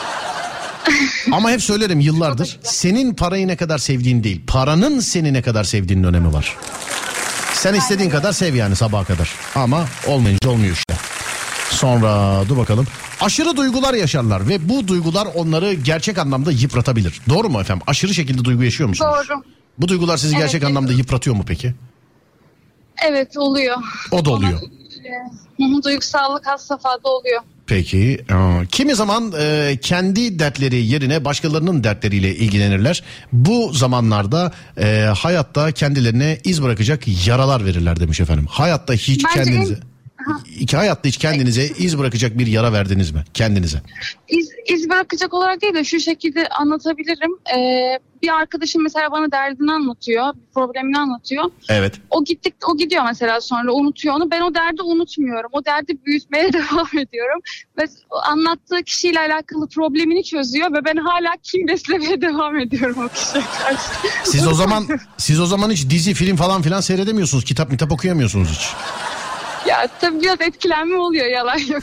Ama hep söylerim yıllardır. Senin parayı ne kadar sevdiğin değil. Paranın seni ne kadar sevdiğinin önemi var. Sen istediğin kadar sev yani sabaha kadar. Ama olmayınca olmuyor işte. Sonra dur bakalım. aşırı duygular yaşarlar ve bu duygular onları gerçek anlamda yıpratabilir. Doğru mu efendim? Aşırı şekilde duygu yaşıyor musunuz? Doğru. Bu duygular sizi gerçek anlamda yıpratıyor mu peki? Evet, oluyor. O da oluyor. Duygusallık has safhada oluyor. Peki. Kimi zaman kendi dertleri yerine başkalarının dertleriyle ilgilenirler. Bu zamanlarda hayatta kendilerine iz bırakacak yaralar verirler demiş efendim. Hayatta hiç kendinize iz bırakacak bir yara verdiniz mi kendinize? İz bırakacak olarak değil de şu şekilde anlatabilirim. Bir arkadaşım mesela bana derdini anlatıyor, problemini anlatıyor. Evet. O gidiyor mesela, sonra unutuyor onu. Ben o derdi unutmuyorum. O derdi büyütmeye devam ediyorum. Ve anlattığı kişiyle alakalı problemini çözüyor ve ben hala kin beslemeye devam ediyorum o kişiye karşı. Siz o zaman hiç dizi, film falan filan seyredemiyorsunuz. Kitap okuyamıyorsunuz hiç. Ya tabii biraz etkilenme oluyor, yalan yok.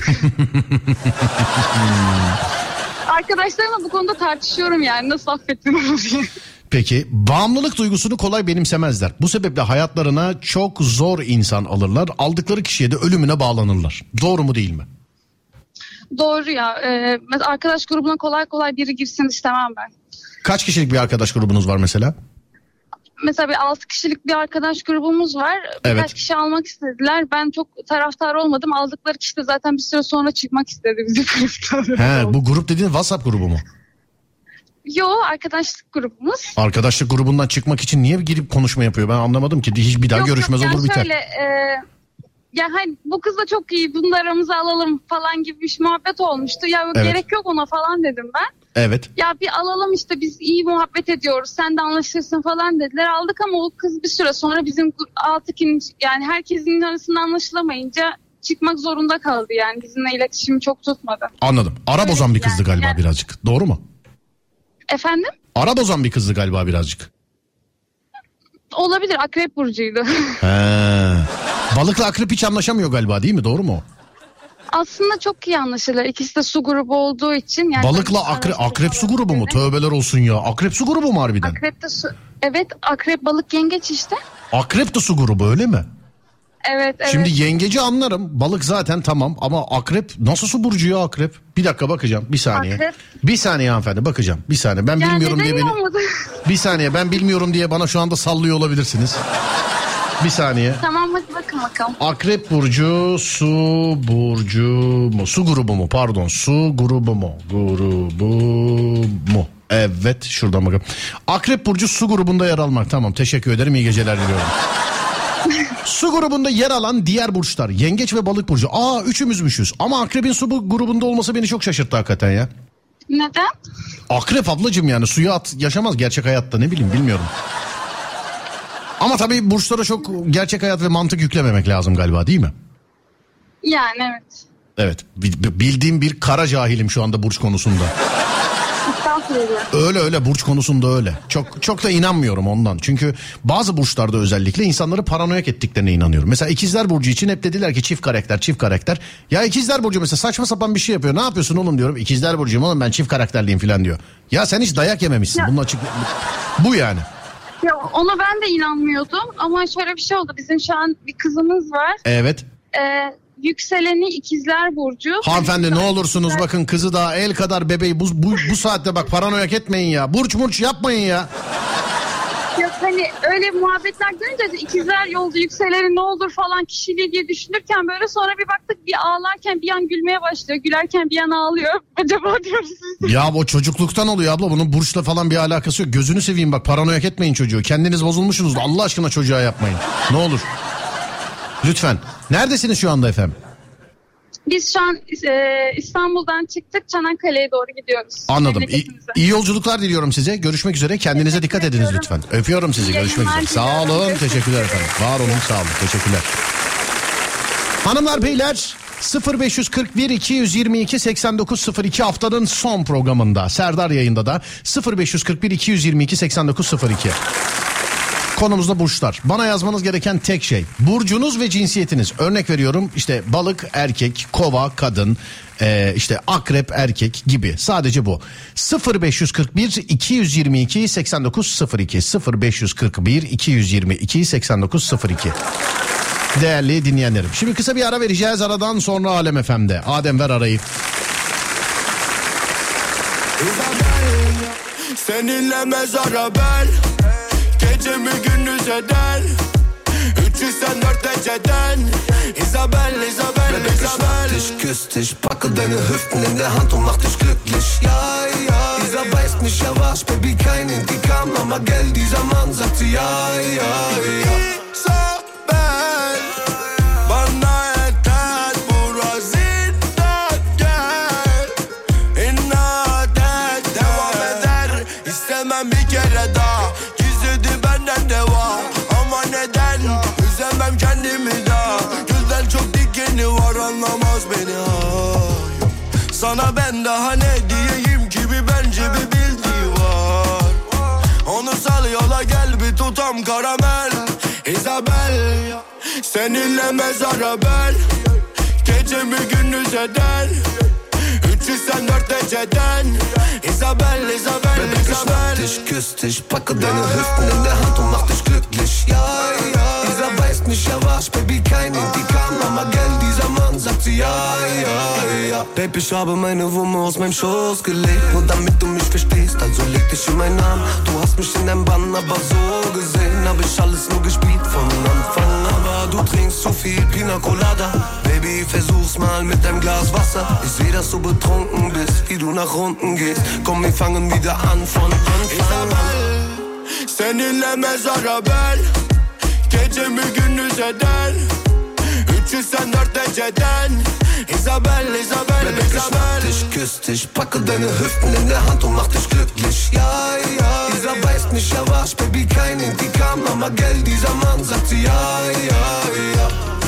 Arkadaşlarımla bu konuda tartışıyorum yani, nasıl affettin onu diye. Peki, bağımlılık duygusunu kolay benimsemezler. Bu sebeple hayatlarına çok zor insan alırlar. Aldıkları kişiye de ölümüne bağlanırlar. Doğru mu değil mi? Doğru ya. Mesela arkadaş grubuna kolay kolay biri girsin istemem ben. Kaç kişilik bir arkadaş grubunuz var mesela? Mesela bir 6 kişilik bir arkadaş grubumuz var. Evet. Birkaç kişi almak istediler. Ben çok taraftar olmadım. Aldıkları kişi de zaten bir süre sonra çıkmak istedi bizim gruptan. Bu grup dediğin WhatsApp grubu mu? Yo, arkadaşlık grubumuz. Arkadaşlık grubundan çıkmak için niye girip konuşma yapıyor? Ben anlamadım ki. Hiç bir daha görüşmez yani olur biter. Şöyle, ya hani bu kız da çok iyi, bunu da aramıza alalım falan gibi bir muhabbet olmuştu. Ya Evet. gerek yok ona falan dedim ben. Evet. Ya bir alalım işte, biz iyi muhabbet ediyoruz, sen de anlaşırsın falan dediler. Aldık ama o kız bir süre sonra bizim yani herkesin arasında anlaşılamayınca çıkmak zorunda kaldı yani. Bizimle iletişimi çok tutmadı. Anladım. Ara bozan bir kızdı yani, galiba birazcık. Doğru mu? Efendim? Ara bozan bir kızdı galiba birazcık. Olabilir, akrep burcuydu. Balıkla akrep hiç anlaşamıyor galiba, değil mi? Doğru mu? Aslında çok iyi anlaşırlar. İkisi de su grubu olduğu için. Yani Balıkla akrep su grubu mu? Tövbeler olsun ya. Akrep su grubu mu harbiden? Akrep de su. Evet, akrep balık yengeç işte. Akrep de su grubu, öyle mi? Evet. Şimdi yengeci anlarım. Balık zaten tamam ama akrep nasıl su burcu ya akrep? Bir dakika bakacağım. Bir saniye. Akrep. Bir saniye hanımefendi, bakacağım. Bir saniye. Ben bilmiyorum diye beni... Bir saniye, ben bilmiyorum diye bana şu anda sallıyor olabilirsiniz. Bir saniye. Tamam, hadi bakın bakalım. Akrep burcu, su burcu mu? Su grubu mu? Pardon. Su grubu mu? Evet, şuradan bakalım. Akrep burcu su grubunda yer almak. Tamam, teşekkür ederim. İyi geceler diliyorum. Su grubunda yer alan diğer burçlar: yengeç ve balık burcu. Üçümüzmüşüz. Ama akrebin su grubunda olması beni çok şaşırttı hakikaten ya. Neden? Akrep ablacığım, yani suya yaşamaz gerçek hayatta, ne bileyim, bilmiyorum. Ama tabii burçlara çok gerçek hayat ve mantık yüklememek lazım galiba, değil mi? Yani evet. Evet, bildiğim bir kara cahilim şu anda burç konusunda. Öyle burç konusunda öyle. Çok da inanmıyorum ondan. Çünkü bazı burçlarda özellikle insanları paranoyak ettiklerine inanıyorum. Mesela ikizler burcu için hep dediler ki çift karakter. Ya ikizler burcu mesela saçma sapan bir şey yapıyor. Ne yapıyorsun oğlum diyorum. İkizler burcuyum oğlum, ben çift karakterliyim falan diyor. Ya sen hiç dayak yememişsin. Ya. Bunun açık bu yani. Ya ona ben de inanmıyordum ama şöyle bir şey oldu. Bizim şu an bir kızımız var. Evet. Yükseleni ikizler burcu. Hanımefendi ne olursunuz bakın, kızı daha el kadar bebeği bu saatte bak paranoyak etmeyin ya. Burç yapmayın ya. Yok hani öyle muhabbetler görünce ikizler yolda yükseleni ne olur falan kişiliği diye düşünürken böyle sonra bir baktık, bir ağlarken bir an gülmeye başlıyor. Gülerken bir an ağlıyor. Acaba diyoruz siz. Ya o çocukluktan oluyor abla, bunun burçla falan bir alakası yok. Gözünü seveyim bak, paranoyak etmeyin çocuğu. Kendiniz bozulmuşsunuz, Allah aşkına çocuğa yapmayın. Ne olur. Lütfen. Neredesiniz şu anda efendim? Biz şu an İstanbul'dan çıktık, Çanakkale'ye doğru gidiyoruz. Anladım. İyi yolculuklar diliyorum size. Görüşmek üzere. Kendinize dikkat ediniz lütfen. Öpüyorum sizi. Görüşmek üzere. Sağ olun. Teşekkürler efendim. Var olun, sağ olun. Teşekkürler. Hanımlar beyler, 0541 222 8902 haftanın son programında Serdar yayında da 0541 222 8902. Konumuzda burçlar. Bana yazmanız gereken tek şey burcunuz ve cinsiyetiniz. Örnek veriyorum, işte balık erkek, kova kadın, işte akrep erkek gibi. Sadece bu. 0541 222 8902 0541 222 8902. Değerli dinleyenlerim, şimdi kısa bir ara vereceğiz. Aradan sonra Alem FM'de. Adem ver arayı. Seninle mezara bel, gecemi gündüz eder. 304 Ece'den Isabel, Isabel, Baby, ich schnapp dich, küss dich, packe deine Hüften in der Hand und mach dich glücklich. Ja, ja, dieser beißt mich ja was, Baby, kein Intikam, aber gell, dieser Mann sagt sie ja, ja, ja. Isabel, bana yeter burası da gel. İnat et, devam eder, istemem bir kere daha. Gizledi benden de var, ama neden? Üzemem kendimi daha. Gözden çok dikeni var, anlamaz beni ha. Sana ben daha ne diyeyim ki, bir bence bir bildiği var. Onu sal yola gel, bir tutam karamel. Isabel, seninle mezara bel, gecemi gündüz eder. 304 Ece'den Isabel, Isabel, Baby, ich schnapp dich, küss dich, packe deine Hüften in der Hand und mach dich glücklich. Ja, ja, dieser beißt mich ja was, Baby, kein Intikam, aber gell, dieser Mann sagt sie ja, ja, ja. Baby, ich habe meine Wumme aus meinem Schoß gelegt, nur damit du mich verstehst, also leg dich in meinen Arm. Du hast mich in deinem Bann, aber so gesehen hab ich alles nur gespielt von Anfang. Aber du trinkst zu viel Pina Colada, Baby, versuch's mal mit deinem Glas Wasser. Ich seh, dass du betrunken bist, wie du nach unten gehst. Komm, wir fangen wieder an von Anfang an. Seninle mezara bel, gecemi gündüz eder. 304 Ece'den Isabel, Isabel, Baby, ich schnapp dich, küss dich, packe deine Hüften in der Hand und mach dich glücklich. Ja, ja, dieser beißt mich ja was, Baby, kein Intikam, aber gell, dieser Mann sagt sie ja, ja, ja.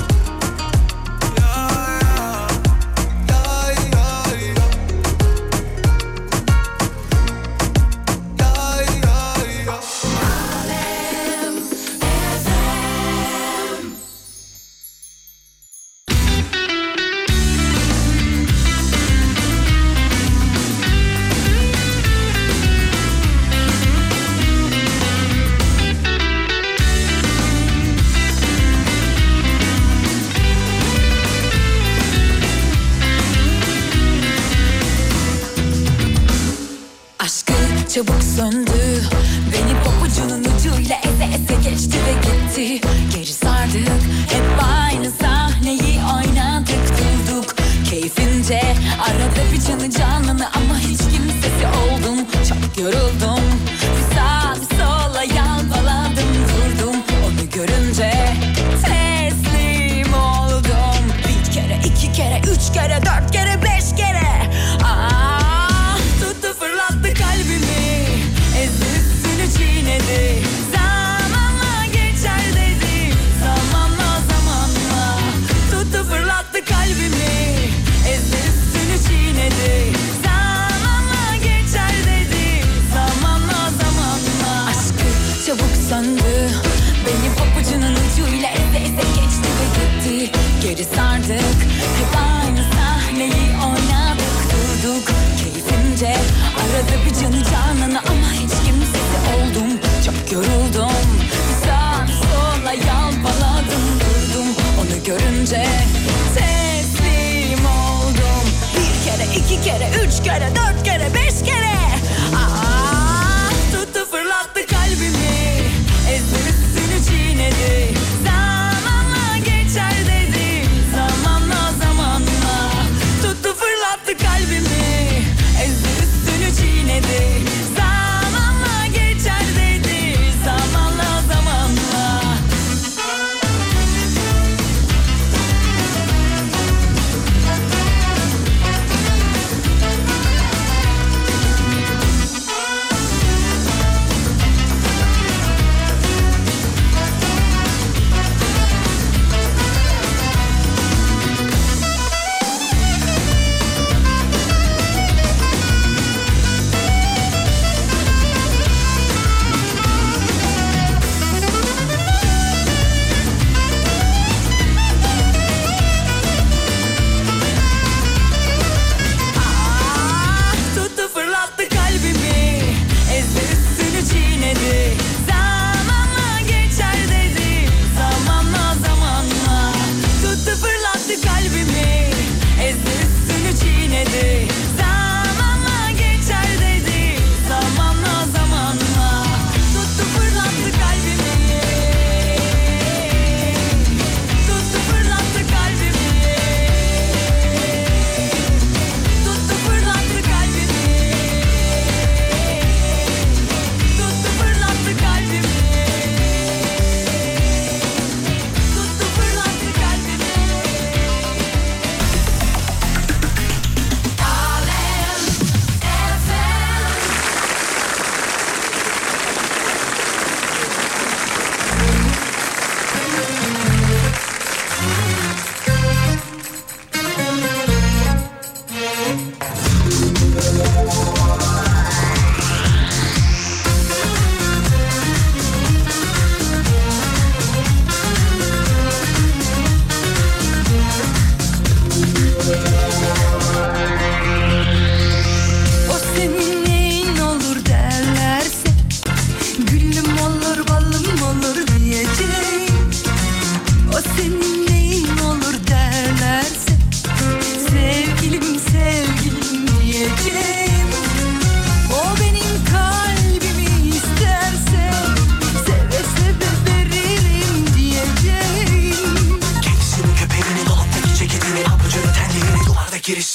Çabuk söndü, beni papucunun ucuyla eze eze geçti ve gitti. Geri sardık, hep aynı sahneyi oynadık durduk keyfince. Arada bir canı canını ama hiç kimsesi oldum. Çok yoruldum, bir sağa bir sola yalpaladım durdum. Onu görünce teslim oldum. Bir kere, iki kere, üç kere, dört kere, beş kere. Tuttu fırlattı kalbimi, ezdi üstünü çiğnedi. Zamanla geçer dedi, zamanla zamanla. Tuttu fırlattı kalbimi, ezdi üstünü çiğnedi. Zamanla geçer dedi, zamanla zamanla. Aşkı çabuk söndü, beni papucunun ucuyla eze eze geçti ve gitti. Geri sardık, hep aynı sahneyi oynadık durduk keyfince. Arada bir canı canını ama hiç kimsesi oldum. Çok yoruldum, bir sağa bir sola yalpaladım durdum. Onu görünce teslim oldum. Bir kere, iki kere, üç kere, dört kere, beş kere. Tuttu fırlattı kalbimi, ezdi üstünü çiğnedi. Zamanla geçer dedi, zamanla zamanla. Tuttu fırlattı kalbimi, ezdi üstünü çiğnedi. Zamanla geçer dedi, zamanla zamanla.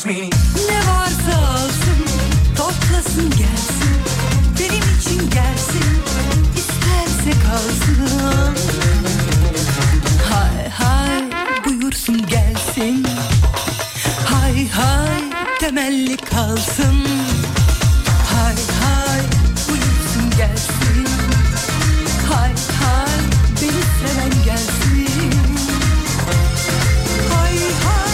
ismini. Ne varsa alsın, toplasın gelsin. Benim için gelsin, isterse kalsın. Hay hay buyursun gelsin. Hay hay temelli kalsın. Hay hay buyursun gelsin. Hay hay beni seven gelsin. Hay hay.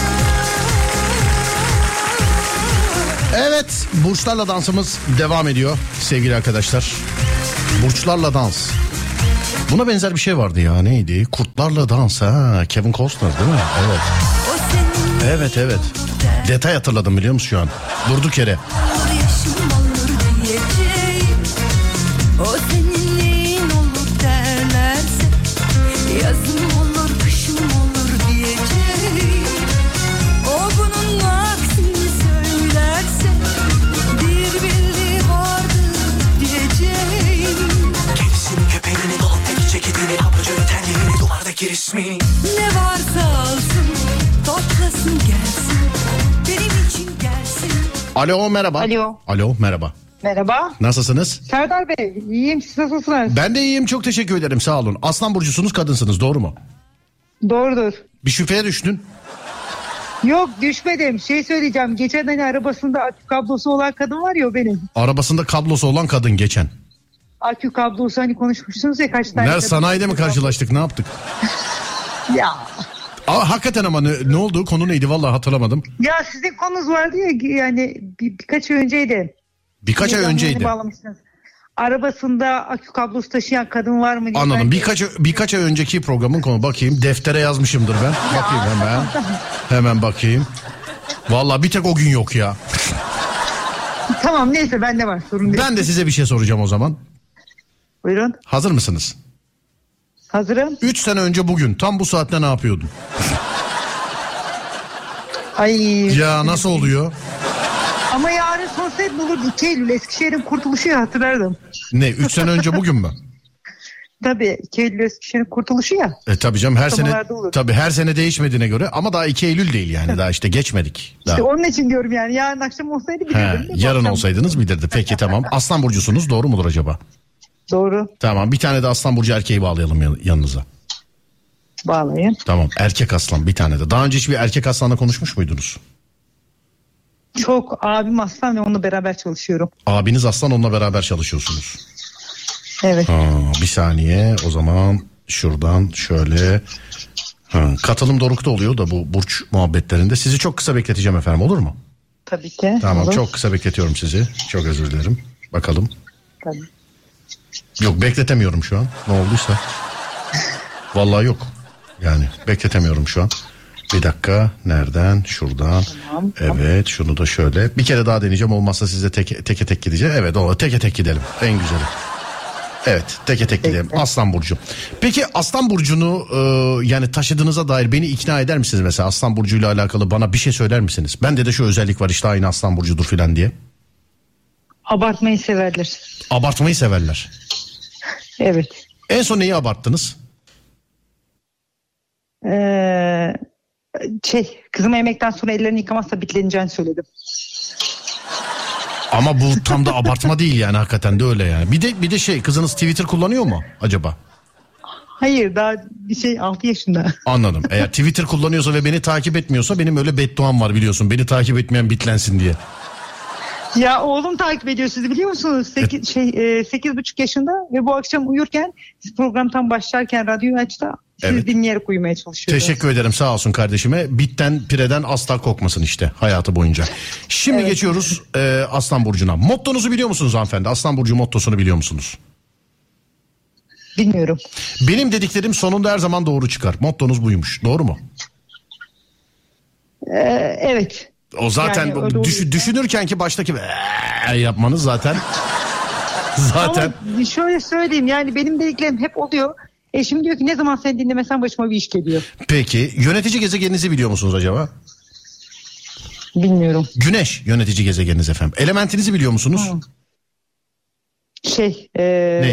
Evet, burçlarla dansımız devam ediyor sevgili arkadaşlar. Burçlarla dans. Buna benzer bir şey vardı ya, neydi? Kurtlarla dans, ha, Kevin Costner değil mi? Evet. Evet. Detay hatırladım biliyor musun şu an? Durduk yere. O seninle olur derlerse, yazım olur kışım olur diyeceğim. O bunun aksini söylerse, bir bildiği vardır diyeceğim. Kedisini köpeğini dolup tek ceketini hapıcı tenliğini duvardaki resmini. Ne varsa alsın, toplasın gelsin. Benim için gelsin. Alo merhaba. Alo merhaba. Merhaba. Nasılsınız? Serdar Bey, iyiyim, siz nasılsınız? Ben de iyiyim, çok teşekkür ederim, sağ olun. Aslan burcusunuz, kadınsınız, doğru mu? Doğrudur. Bir şüpheye düştün. Yok düşmedim. Söyleyeceğim. Geçen hani arabasında akü kablosu olan kadın var ya, o benim. Arabasında kablosu olan kadın geçen. Akü kablosu hani konuşmuşsunuz ya kaç tane. Nerede, sanayide mi karşılaştık, ne yaptık? Ya. Hakikaten ama ne oldu, konu neydi, vallahi hatırlamadım. Ya sizin konunuz vardı ya, yani birkaç ay önceydi. Birkaç ay önceydi. Arabasında akü kablosu taşıyan kadın var mı diye. Anladım. Birkaç ay önceki programın konu, bakayım deftere yazmışımdır ben. Bakayım hemen. Hemen bakayım. Vallahi bir tek o gün yok ya. Tamam neyse, bende var, sorun değil. Ben de size bir şey soracağım o zaman. Buyurun. Hazır mısınız? Hazırım. 3 sene önce bugün tam bu saatte ne yapıyordun? Ay. Ya nasıl oluyor? Ama yarın sorsaydım olurdu. 2 Eylül Eskişehir'in kurtuluşu ya, hatırlardım. Ne, 3 sene önce bugün mü? Tabii 2 Eylül Eskişehir'in kurtuluşu ya. Tabii canım, her sene değişmediğine göre, ama daha 2 Eylül değil yani, daha işte geçmedik. Daha. İşte onun için diyorum yani, yarın akşam olsaydı bilirdim. Yarın olsaydınız bilirdi. Peki tamam. Aslan burcusunuz, doğru mudur acaba? Doğru. Tamam, bir tane de aslan burcu erkeği bağlayalım yanınıza. Bağlayın. Tamam, erkek aslan bir tane de. Daha önce hiçbir erkek aslanla konuşmuş muydunuz? Çok, abim aslan ve onunla beraber çalışıyorum. Abiniz aslan, onunla beraber çalışıyorsunuz. Evet. Bir saniye o zaman şuradan şöyle. Katılım dorukta oluyor da bu burç muhabbetlerinde. Sizi çok kısa bekleteceğim efendim, olur mu? Tabii ki. Tamam, olur. çok kısa bekletiyorum sizi. Çok özür dilerim. Bakalım. Tabii. Yok, bekletemiyorum şu an. Ne olduysa. Vallahi yok. Yani bekletemiyorum şu an. Bir dakika, nereden? Şuradan. Tamam. Evet, şunu da şöyle. Bir kere daha deneyeceğim, olmazsa size teke tek gideceğim. Evet, teke tek gidelim. En güzeli. Evet, teke tek gidelim. Aslan burcu. Peki Aslan burcunu yani taşıdığınıza dair beni ikna eder misiniz mesela? Aslan burcuyla alakalı bana bir şey söyler misiniz? Bende de şu özellik var işte, aynı Aslan burcudur filan diye. Abartmayı severler. Abartmayı severler. Evet. En son neyi abarttınız? Kızım yemekten sonra ellerini yıkamazsa bitleneceğini söyledim. Ama bu tam da abartma değil yani, hakikaten de öyle yani. Bir de kızınız Twitter kullanıyor mu acaba? Hayır, daha 6 yaşında. Anladım. Eğer Twitter kullanıyorsa ve beni takip etmiyorsa, benim öyle bedduam var biliyorsun. Beni takip etmeyen bitlensin diye. Ya oğlum takip ediyor sizi, biliyor musunuz? 8,5 yaşında ve bu akşam uyurken, siz program tam başlarken radyoyu açtı. Siz dinleyerek uyumaya çalışıyoruz. Teşekkür ederim, sağ olsun kardeşime. Bitten pireden asla kokmasın işte hayatı boyunca. Şimdi geçiyoruz Aslan burcuna. Mottonuzu biliyor musunuz hanımefendi? Aslan burcu mottosunu biliyor musunuz? Bilmiyorum. Benim dediklerim sonunda her zaman doğru çıkar. Mottonuz buymuş. Doğru mu? Evet. O zaten yani düşünürken ki baştaki yapmanız zaten. Ama şöyle söyleyeyim, yani benim dediklerim hep oluyor. Eşim diyor ki ne zaman sen dinlemesen başıma bir iş geliyor. Peki yönetici gezegeninizi biliyor musunuz acaba? Bilmiyorum. Güneş yönetici gezegeniniz efendim. Elementinizi biliyor musunuz?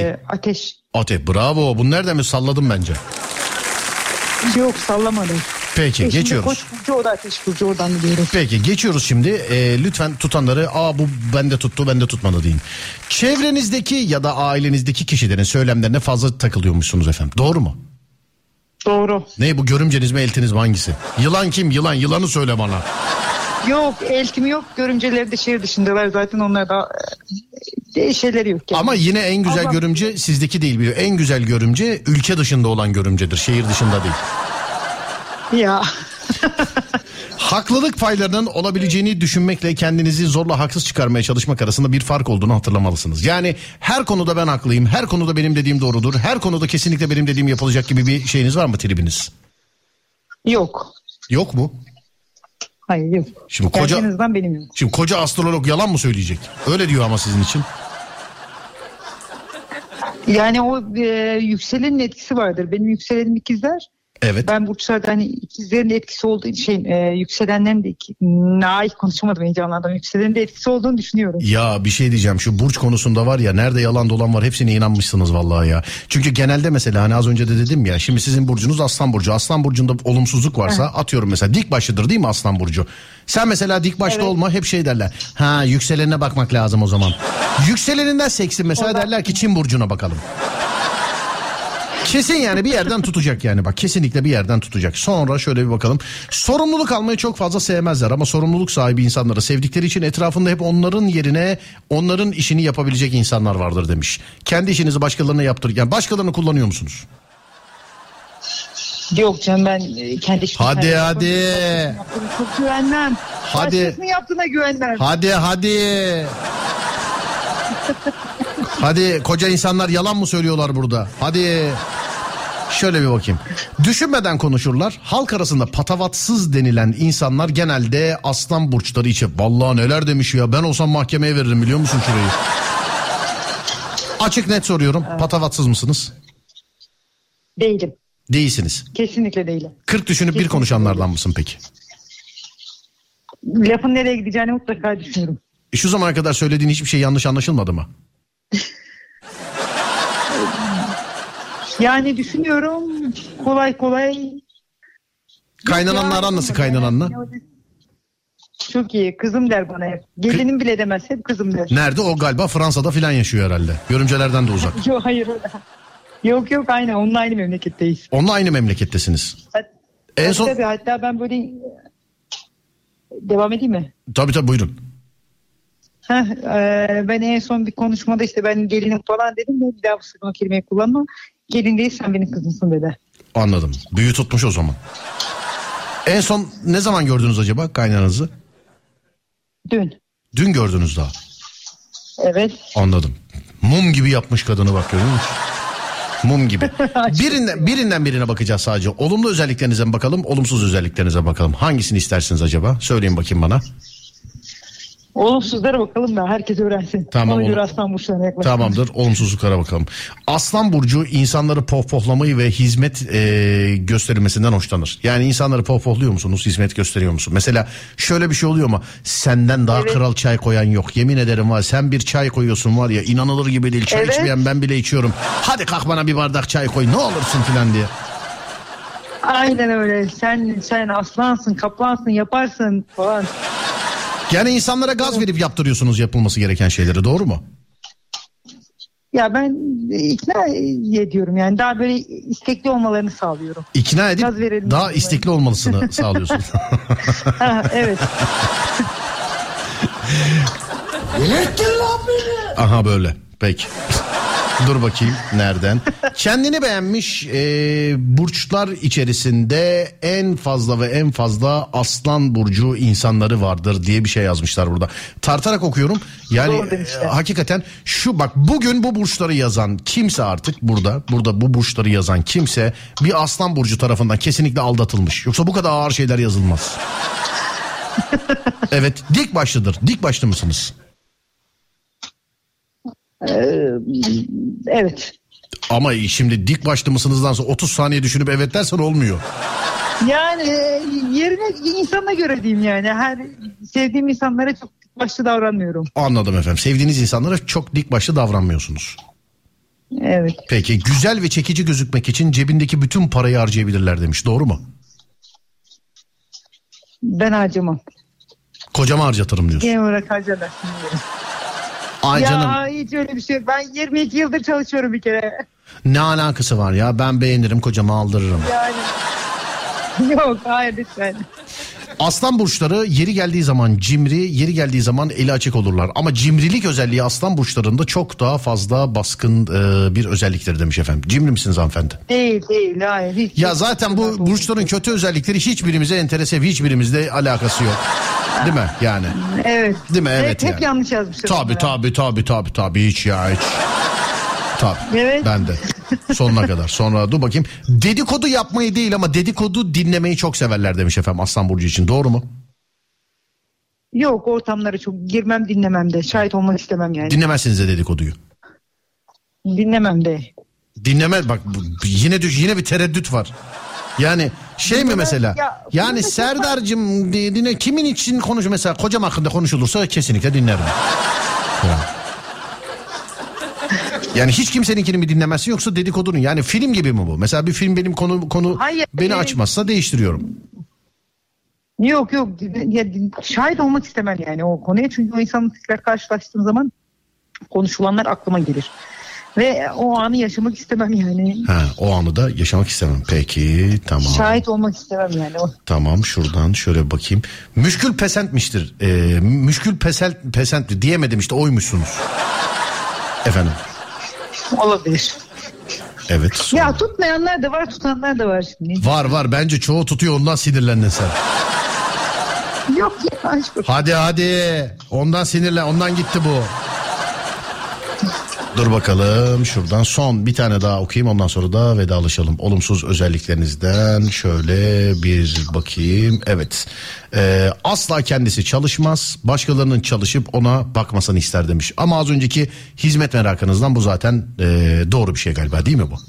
Ateş. Ateş, bravo. Bunu nereden mi salladım bence? Yok, sallamadım. Peki Eşim de geçiyoruz. Koç burcu, o da Ateş burcu, oradan biliyoruz. Peki geçiyoruz şimdi. Lütfen tutanları bu bende tuttu bende tutmadı deyin. Çevrenizdeki ya da ailenizdeki kişilerin söylemlerine fazla takılıyormuşsunuz efendim. Doğru mu? Doğru. Ne bu, görümceniz mi eltiniz mi, hangisi? Yılan kim? Yılanı söyle bana. Yok, eltim yok. Görümceleri de şehir dışındalar zaten, onlar da şeyleri yok. Yani. Ama yine en güzel görümce sizdeki değil biliyor. En güzel görümce ülke dışında olan görümcedir. Şehir dışında değil. Ya. Haklılık paylarının olabileceğini düşünmekle kendinizi zorla haksız çıkarmaya çalışmak arasında bir fark olduğunu hatırlamalısınız. Yani her konuda ben haklıyım, her konuda benim dediğim doğrudur, her konuda kesinlikle benim dediğim yapılacak gibi bir şeyiniz var mı, tribiniz? Yok. Yok mu? Hayır yok. Şimdi benim yok. Şimdi koca astrolog yalan mı söyleyecek? Öyle diyor ama sizin için. Yani o yükselenin etkisi vardır. Benim yükselenim ikizler. Evet. Ben burçlarda hani ikizlerin de etkisi olduğu yükselenlerin de konuşamadım, heyecanlandım. Yükselenin de etkisi olduğunu düşünüyorum. Ya bir şey diyeceğim, şu burç konusunda var ya, nerede yalan dolan var hepsine inanmışsınız vallahi ya. Çünkü genelde mesela hani az önce de dedim ya, şimdi sizin burcunuz Aslan burcu. Aslan burcunda olumsuzluk varsa atıyorum mesela dik başlıdır değil mi Aslan burcu? Sen mesela dik başlı olma, hep şey derler. Yükselenine bakmak lazım o zaman. Yükseleninden seksin mesela, derler ki Çin burcuna bakalım. Kesin yani bir yerden tutacak yani, bak kesinlikle bir yerden tutacak. Sonra şöyle bir bakalım. Sorumluluk almayı çok fazla sevmezler ama sorumluluk sahibi insanları sevdikleri için etrafında hep onların yerine onların işini yapabilecek insanlar vardır demiş. Kendi işinizi başkalarına yani başkalarını kullanıyor musunuz? Yok canım, ben kendi işimi... Hadi. Çok güvenmem. Başkasının yaptığına güvenmem. Hadi. Hadi, koca insanlar yalan mı söylüyorlar burada? Hadi. Şöyle bir bakayım. Düşünmeden konuşurlar. Halk arasında patavatsız denilen insanlar genelde aslan burçları için. Vallahi neler demiş ya, ben olsam mahkemeye veririm biliyor musun şurayı? Açık net soruyorum. Evet. Patavatsız mısınız? Değilim. Değilsiniz. Kesinlikle değilim. 40 düşünüp bir konuşanlardan mısın peki? Lafın nereye gideceğini mutlaka düşünüyorum. Şu zamana kadar söylediğin hiçbir şey yanlış anlaşılmadı mı? Yani düşünüyorum, kolay. Kaynananla aran nasıl, kaynananla? Çok iyi, kızım der bana hep. Gelinim bile demez, hep kızım der. Nerede o, galiba Fransa'da filan yaşıyor herhalde. Görümcelerden de uzak. Yok hayır. Yok aynı, onunla aynı memleketteyiz. Onunla aynı memlekettesiniz. Hatta ben böyle devam edeyim mi? Tabii buyurun. Ben en son bir konuşmada işte ben gelinim falan dedim de bir daha bu kelimeyi kullanma. Gelin değil, sen benim kızımsın dedi. Anladım. Büyü tutmuş o zaman. En son ne zaman gördünüz acaba kaynananızı? Dün gördünüz daha. Evet. Anladım. Mum gibi yapmış kadını, bak görüyor musun? Mum gibi. Birinden birine bakacağız sadece. Olumlu özelliklerinize mi bakalım, olumsuz özelliklerinize bakalım. Hangisini istersiniz acaba? Söyleyin bakayım bana. Olumsuzlara bakalım da herkes öğrensin. Tamam, ona göre Aslan burçlarına yaklaşalım. Tamamdır, olumsuzluklara bakalım. Aslan burcu insanları pohpohlamayı ve hizmet gösterilmesinden hoşlanır. Yani insanları pohpohluyor musunuz, hizmet gösteriyor musun? Mesela şöyle bir şey oluyor mu? Senden daha kral çay koyan yok. Yemin ederim var, sen bir çay koyuyorsun var ya, inanılır gibi değil. Çay içmeyen ben bile içiyorum. Hadi kalk bana bir bardak çay koy ne olursun filan diye. Aynen öyle. Sen aslansın, kaplansın, yaparsın falan. Yani insanlara gaz verip yaptırıyorsunuz yapılması gereken şeyleri, doğru mu? Ya ben ikna ediyorum yani, daha böyle istekli olmalarını sağlıyorum. İkna edip daha istekli olmasını sağlıyorsun. Evet. Delirttin lan beni. Aha böyle, peki. Dur bakayım nereden? Kendini beğenmiş burçlar içerisinde en fazla Aslan burcu insanları vardır diye bir şey yazmışlar burada. Tartarak okuyorum. Yani hakikaten şu bak, bugün bu burçları yazan kimse artık burada bu burçları yazan kimse bir Aslan burcu tarafından kesinlikle aldatılmış. Yoksa bu kadar ağır şeyler yazılmaz. Evet, dik başlıdır. Dik başlı mısınız? Evet. Ama şimdi dik başlı mısınızdan sonra 30 saniye düşünüp evet dersen olmuyor. Yani yerine insana göre diyeyim yani. Her sevdiğim insanlara çok dik başlı davranmıyorum. Anladım efendim. Sevdiğiniz insanlara çok dik başlı davranmıyorsunuz. Evet. Peki, güzel ve çekici gözükmek için cebindeki bütün parayı harcayabilirler demiş. Doğru mu? Ben harcamam. Kocama harcatırım diyorsun. Genel olarak harcamazsın. Ay ya canım. hiç öyle bir şey yok. Ben 22 yıldır çalışıyorum bir kere. Ne alakası var ya? Ben beğenirim, kocama aldırırım. Yani. Yok hayır lütfen. Aslan burçları yeri geldiği zaman cimri, yeri geldiği zaman eli açık olurlar. Ama cimrilik özelliği aslan burçlarında çok daha fazla baskın bir özelliktir demiş efendim. Cimri misiniz hanımefendi? Değil hayır. Hiç ya zaten bu burçların kötü özellikleri hiçbirimize enterese, hiçbirimizle alakası yok. Değil mi yani? Evet. Değil mi? Evet hep yani. yanlış yazmışlar. Tabii hiç ya hiç. Tabii. Evet. Ben de. Sonuna kadar. Sonra dur bakayım. Dedikodu yapmayı değil ama dedikodu dinlemeyi çok severler demiş efendim Aslan burcu için. Doğru mu? Yok ortamlara çok girmem dinlemem de. Şahit olmak istemem yani. Dinlemezsiniz de dedikoduyu. Dinlemem de. Dinleme bak yine bir tereddüt var. Yani mi mesela? Yani Serdar'cığım dinle kimin için konuş mesela kocam hakkında konuşulursa kesinlikle dinlerim. Yani hiç kimseninkini mi dinlemezsin yoksa dedikodunun yani film gibi mi bu? Mesela bir film benim konu hayır, beni açmazsa değiştiriyorum. Yok ya, şahit olmak istemem yani o konuya çünkü o insanla karşılaştığım zaman konuşulanlar aklıma gelir. Ve o anı yaşamak istemem yani. O anı da yaşamak istemem. Peki tamam. Şahit olmak istemem yani. Tamam şuradan şöyle bakayım. Müşkül pesentmiştir. Müşkül pesent diyemedim işte oymuşsunuz. Efendim. Olabilir. Evet. Sonra. Ya tutmayanlar da var tutanlar da var şimdi. Var bence çoğu tutuyor ondan sinirlendin sen. Yok ya aşk olsun. Hadi ondan sinirlen ondan gitti bu. Dur bakalım şuradan son bir tane daha okuyayım ondan sonra da vedalaşalım. Olumsuz özelliklerinizden şöyle bir bakayım. Evet asla kendisi çalışmaz başkalarının çalışıp ona bakmasını ister demiş. Ama az önceki hizmet merakınızdan bu zaten doğru bir şey galiba değil mi bu?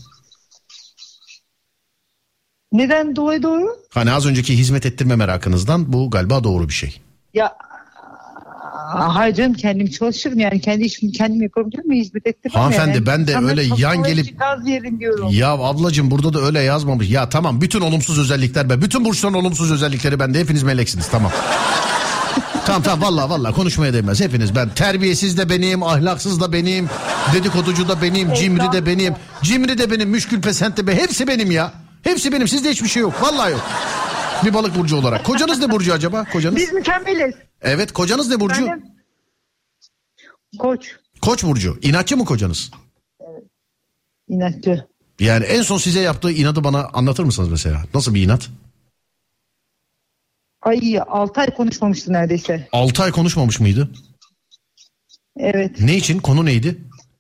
Neden doğru? Hani az önceki hizmet ettirme merakınızdan bu galiba doğru bir şey. Ya hayır canım kendim çalışırım yani kendi işimi kendim yaparım değil mi hizmet ettirmem. Hanımefendi yani. ben de Sana öyle yan gelip gaz yerim diyorum. Ya ablacığım burada da öyle yazmamış. Ya tamam bütün olumsuz özellikler ben. Bütün burçların olumsuz özellikleri bende. Hepiniz meleksiniz tamam. Tamam vallahi konuşmaya değmez. Hepiniz ben terbiyesiz de benim, ahlaksız da benim, dedikoducu da benim, cimri de benim. Cimri de benim, müşkül pesent de benim. Hepsi benim ya. Hepsi benim. Sizde hiçbir şey yok. Vallahi yok. Bir balık burcu olarak. Kocanız ne burcu acaba? Kocanız? Biz mükemmeliz. Evet kocanız ne burcu? Koç. Koç burcu. İnatçı mı kocanız? Evet. İnatçı. Yani en son size yaptığı inadı bana anlatır mısınız mesela? Nasıl bir inat? Ay 6 ay konuşmamıştı neredeyse. 6 ay konuşmamış mıydı? Evet. Ne için? Konu neydi?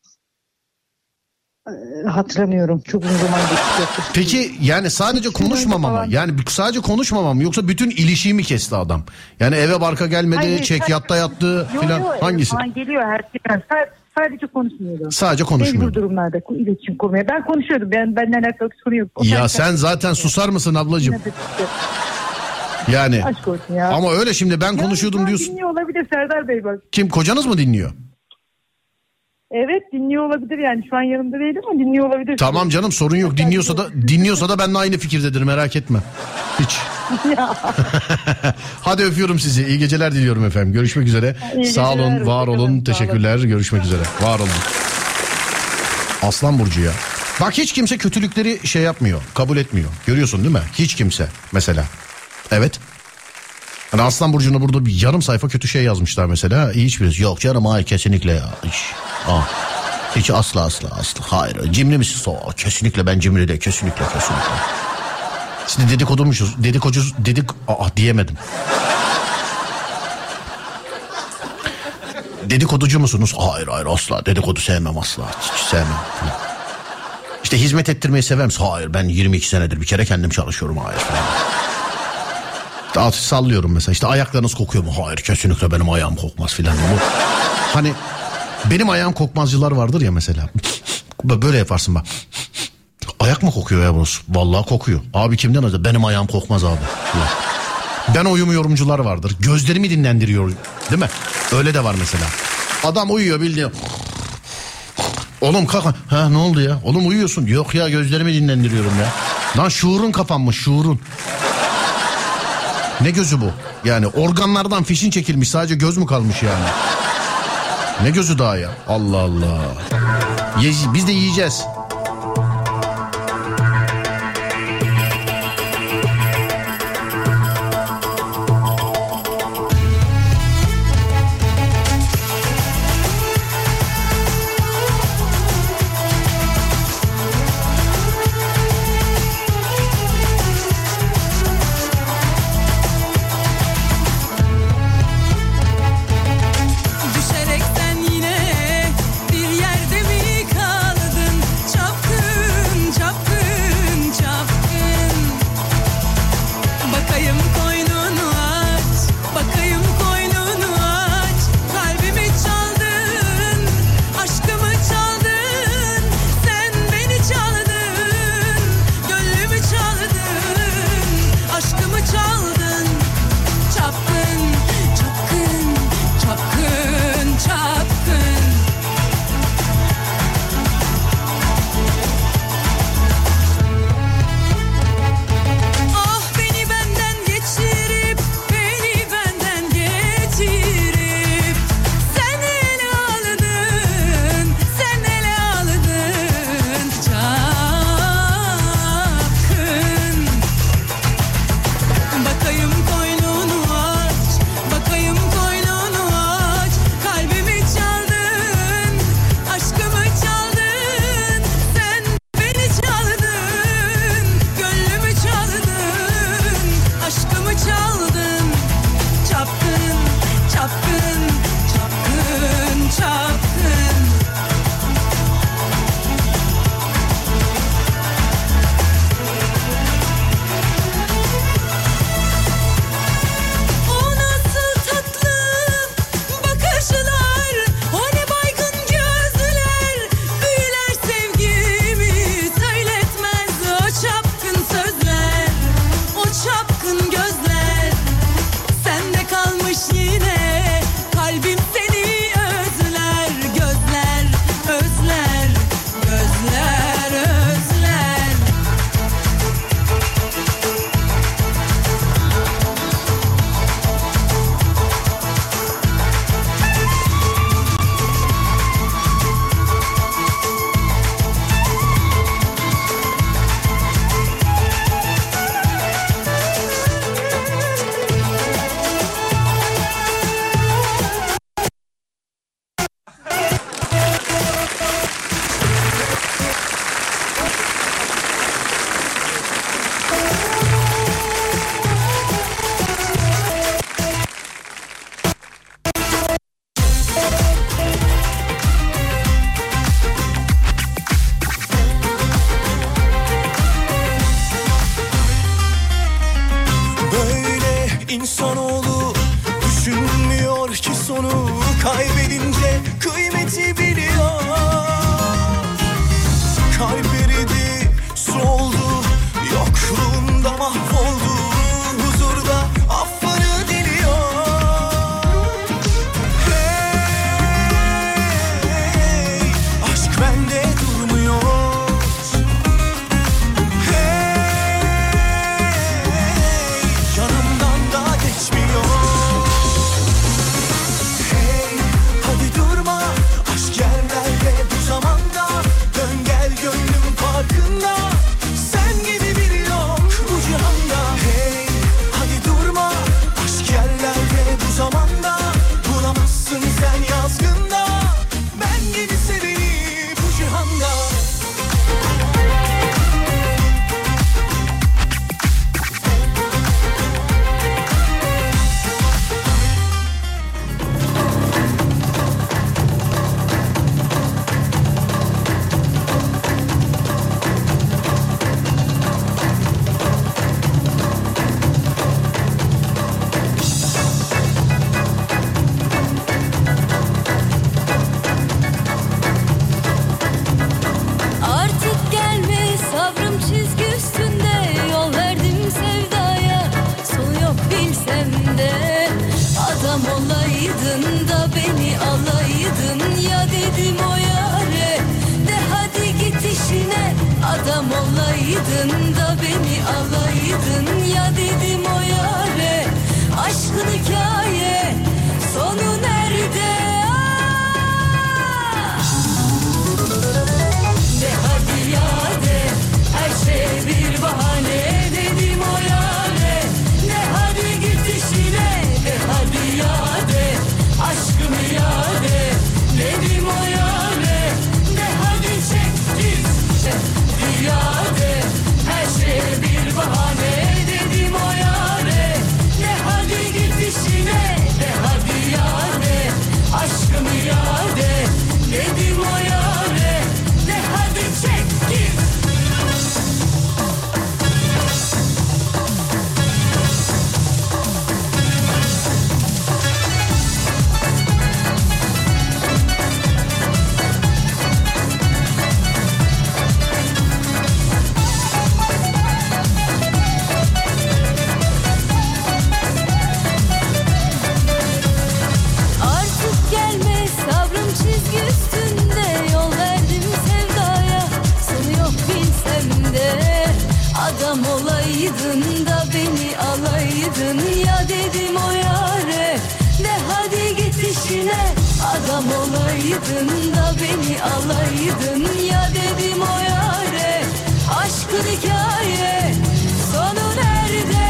Hatırlamıyorum. Çok uzun zaman geçti. Peki yani sadece konuşmamam yani sadece konuşmamam yoksa bütün ilişiği mi kesti adam? Yani eve barka gelmedi, hayır, çek yatta yattı filan hangisi? Geliyor her şey. Sadece konuşmuyordu. Sadece konuşmuyordu. Mecbur durumlarda iletişim kurmaya. Ben konuşuyordum. Benden alakalı sorun yok. Ya sen zaten susar mısın ablacığım? Yani aşk olsun ya. Ama öyle şimdi ben konuşuyordum diyorsun. Dinliyor olabilir Serdar Bey bak. Kim kocanız mı dinliyor? Evet dinliyor olabilir yani şu an yanımda değil ama dinliyor olabilir. Tamam canım sorun yok dinliyorsa da benimle aynı fikirdedir merak etme. Hiç. Hadi öpüyorum sizi iyi geceler diliyorum efendim görüşmek üzere. Sağ olun var olun teşekkürler görüşmek üzere var olun. Aslan burcu ya. Bak hiç kimse kötülükleri şey yapmıyor kabul etmiyor görüyorsun değil mi? Hiç kimse mesela. Evet. Yani Aslan burcuna burada bir yarım sayfa kötü şey yazmışlar mesela. Hiçbirisi yok canım hayır kesinlikle ya. Hiç asla hayır. Cimri misin? Kesinlikle ben cimri de kesinlikle. Şimdi dedikodumuşuz. Diyemedim. Dedikoducu musunuz? Hayır asla. Dedikodu sevmem asla. Hiç sevmem. İşte hizmet ettirmeyi sever misin? Hayır ben 22 senedir bir kere kendim çalışıyorum. Hayır sallıyorum mesela işte ayaklarınız kokuyor mu? Hayır kesinlikle benim ayağım kokmaz filan. Hani benim ayağım kokmazcılar vardır ya mesela. Böyle yaparsın bak. Ayak mı kokuyor ya burası? Vallahi kokuyor. Abi kimden acaba? Benim ayağım kokmaz abi. Ben uyumuyorumcular vardır. Gözlerimi dinlendiriyor. Değil mi? Öyle de var mesela. Adam uyuyor bildiğin. Oğlum kalk. Ha ne oldu ya? Oğlum uyuyorsun. Yok ya gözlerimi dinlendiriyorum ya. Lan şuurun kapanmış şuurun. Ne gözü bu? Yani organlardan fişin çekilmiş, sadece göz mü kalmış yani? Ne gözü daha ya? Allah Allah. Biz de yiyeceğiz. İnsanoğlu düşünmüyor ki sonu, kaybedince kıymeti biliyor. Kalp eridi, soldu, yokluğunda mahvoldu, huzurda affını diliyor. Hey, aşk bende durmuyor. Adam olaydın da beni alaydın ya dedim o yâre. aşkın hikaye sonu nerede? De hadi ya de, her şey bir bahane dedim o yâre. De hadi git işine, de hadi ya de, aşkım ya de dedim o yâre. De hadi çek git, de ya de, her şey bir bahane dedim o yâre. De hadi git işine, de hadi ya de, aşkım ya de dedim o yâre. De hadi çek git. Artık gelme sabrım çizgi üstünde, yol verdim sevdaya, sonu yok bilsem de. Adam olaydın da beni alaydın ya dedim o yâre. De hadi git işine, adam olaydın da beni alaydın ya dedim o yâre. Aşkın hikaye sonu nerede?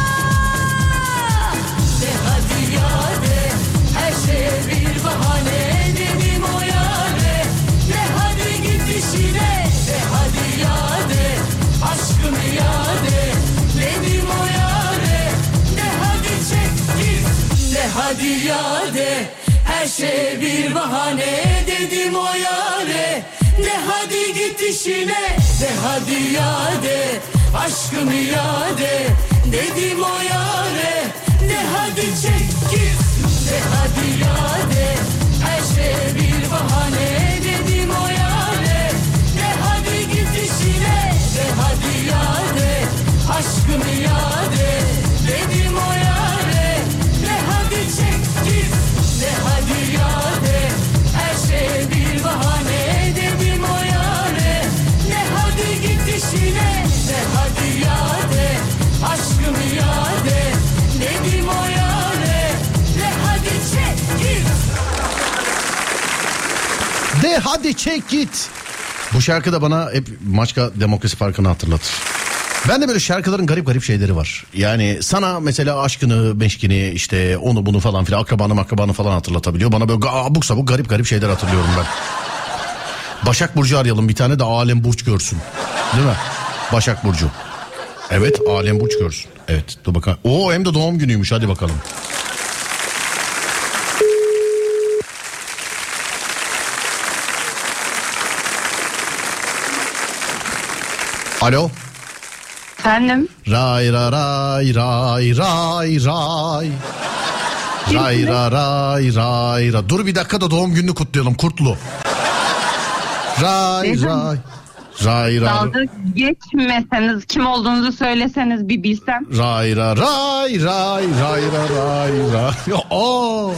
De hadi ya de, her şeye bir bahane dedim o yâre. De hadi git işine, de hadi ya de, aşkım ya de dedim o yâre. De hadi çek git, de hadi ya de, her şeye bir bahane dedim o yâre. De hadi git işine, de hadi ya de, aşkım ya de dedim o yâre. De hadi çek git, de hadi ya de, her şeye bir bahane dedim o yâre. De hadi git işine, de hadi ya de, aşkım ya de dedim o yâre. De hadi çek git, de hadi ya de, her şeye bir bahane dedim o yâre. De hadi git işine, de hadi ya de, aşkım ya de dedim o yâre. De hadi çek git. De hadi çek git. Bu şarkı da bana hep Maçka Demokrasi Parkı'nı hatırlatır. Ben de böyle şarkıların garip garip şeyleri var. Yani sana mesela aşkını, meşkini, işte onu bunu falan filan, akrabanı falan hatırlatabiliyor. Bana böyle abuk sabuk garip garip şeyler hatırlıyorum ben. Başak Burcu arayalım, bir tane de Alem Burç görsün. Değil mi? Başak Burcu. Evet, Alem Burç görsün. Evet, dur bakalım. Oo, hem de doğum günüymüş, hadi bakalım. Alo. Efendim? Ray ra ray ray ray ray. Ray ra ray ray ra. Dur bir dakika da doğum gününü kutlayalım, Kurtlu. Ray ray. Ray ra. Dalga geçmeseniz, kim olduğunuzu söyleseniz bir bilsem. Ray ra ray ray ray ra ray ray. Aa.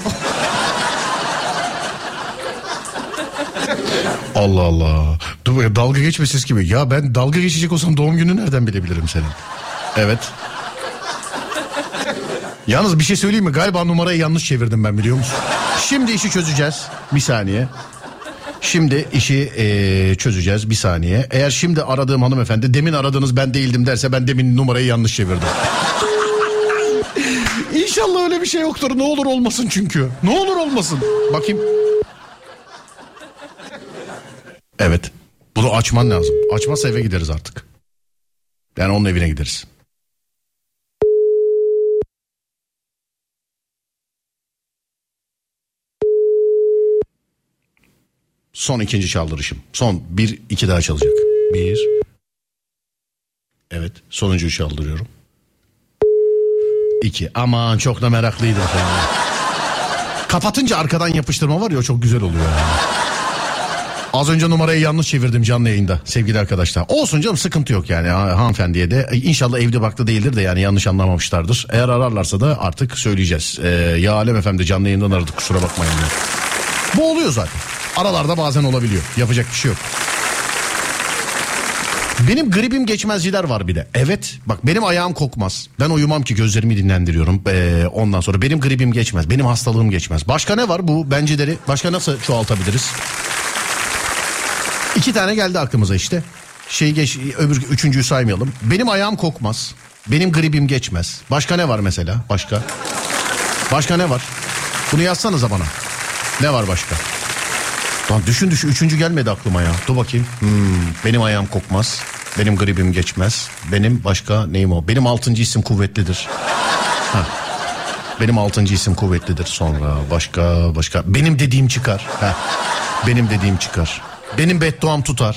Allah Allah. Dur, dalga geçmesiz gibi. Ya ben dalga geçecek olsam doğum günü nereden bilebilirim senin? Evet. Yalnız bir şey söyleyeyim mi? Galiba numarayı yanlış çevirdim ben, biliyor musun? Şimdi işi çözeceğiz. Bir saniye. Şimdi işi çözeceğiz. Bir saniye. Eğer şimdi aradığım hanımefendi demin aradığınız ben değildim derse, ben demin numarayı yanlış çevirdim. İnşallah öyle bir şey yoktur. Ne olur olmasın çünkü. Ne olur olmasın. Bakayım. Evet. Bunu açman lazım. Açmazsa eve gideriz artık. Yani onun evine gideriz. Son ikinci çaldırışım. Son 1-2 daha çalacak. 1. Evet. Sonuncuyu çaldırıyorum. 2. Aman çok da meraklıydım. Kapatınca arkadan yapıştırma var ya, o çok güzel oluyor. Az önce numarayı yanlış çevirdim canlı yayında sevgili arkadaşlar. Olsun canım, sıkıntı yok yani hanımefendiye de. İnşallah evde baktı değildir de, yani yanlış anlamamışlardır. Eğer ararlarsa da artık söyleyeceğiz. Ya Alem efendi canlı yayından aradık, kusura bakmayın diyor. Bu oluyor zaten. Aralarda bazen olabiliyor. Yapacak bir şey yok. Benim gribim geçmezciler var bir de. Evet bak, benim ayağım kokmaz. Ben uyumam ki, gözlerimi dinlendiriyorum. Ondan sonra benim gribim geçmez. Benim hastalığım geçmez. Başka ne var bu bencileri? Başka nasıl çoğaltabiliriz? 2 tane geldi aklımıza işte. Öbür üçüncüyü saymayalım. Benim ayağım kokmaz. Benim gribim geçmez. Başka ne var mesela? Başka ne var? Bunu yazsanıza bana. Ne var başka? Lan düşün üçüncü gelmedi aklıma ya. Dur bakayım. Benim ayağım kokmaz. Benim gribim geçmez. Benim başka neyim o? Benim 6. isim kuvvetlidir. Benim 6. isim kuvvetlidir. Sonra başka. Benim dediğim çıkar. Benim dediğim çıkar. Benim bedduam tutar.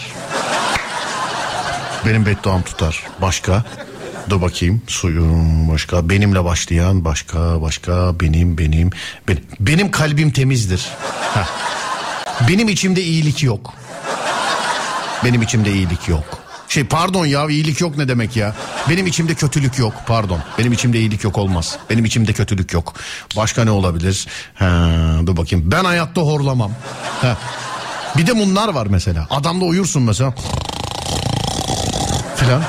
Benim bedduam tutar. Başka? Dur bakayım. Suyum başka. Benimle başlayan başka. Benim kalbim temizdir. Benim içimde iyilik yok. Benim içimde iyilik yok. Pardon ya, iyilik yok ne demek ya? Benim içimde kötülük yok, pardon. Benim içimde iyilik yok olmaz. Benim içimde kötülük yok. Başka ne olabilir? Dur bakayım. Ben hayatta horlamam. Bir de bunlar var mesela. Adamla uyursun mesela. Filan.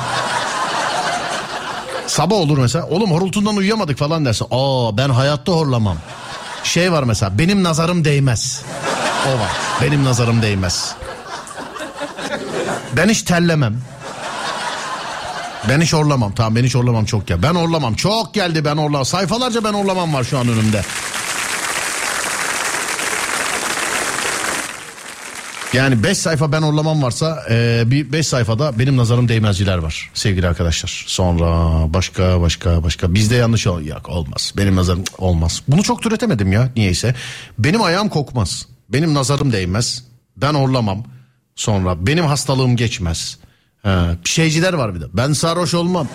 Sabah olur mesela. Oğlum horultundan uyuyamadık falan dersin. Ben hayatta horlamam. Var mesela. Benim nazarım değmez. O var. Benim nazarım değmez. Ben hiç terlemem. Ben hiç horlamam. Tamam, ben hiç horlamam çok ya. Ben horlamam. Çok geldi ben horlamam. Sayfalarca ben horlamam var şu an önümde. Yani 5 sayfa ben horlamam varsa bir 5 sayfada benim nazarım değmezciler var sevgili arkadaşlar. Sonra başka. Bizde yanlış yok, olmaz. Benim nazarım olmaz. Bunu çok türetemedim ya niyeyse. Benim ayağım kokmaz. Benim nazarım değmez. Ben horlamam. Sonra benim hastalığım geçmez. Şeyciler var bir de. Ben sarhoş olmam.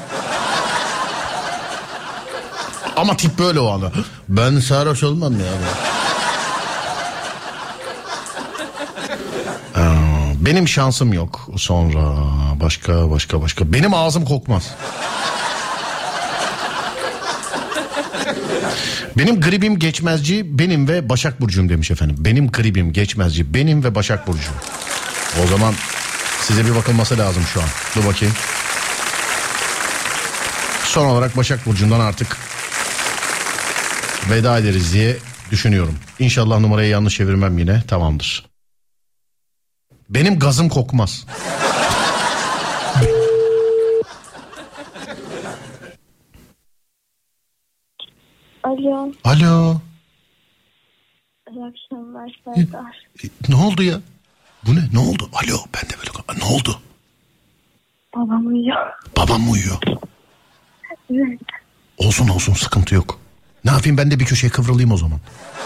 Ama tip böyle o anda. Ben sarhoş olmam ya. Benim şansım yok. Sonra başka. Benim ağzım kokmaz. Benim gribim geçmezci benim ve Başak Burcu'm demiş efendim. Benim gribim geçmezci benim ve Başak Burcu. O zaman size bir bakılması lazım şu an. Dur bakayım. Son olarak Başak Burcu'ndan artık veda ederiz diye düşünüyorum. İnşallah numarayı yanlış çevirmem yine. Tamamdır. Benim gazım kokmaz. Alo. Alo. İyi akşamlar Serdar. Ne oldu ya? Bu ne? Ne oldu? Alo, ben de böyle. Ne oldu? Babam uyuyor. Babam mı uyuyor? Evet. Olsun sıkıntı yok. Ne yapayım, ben de bir köşeye kıvrılayım o zaman.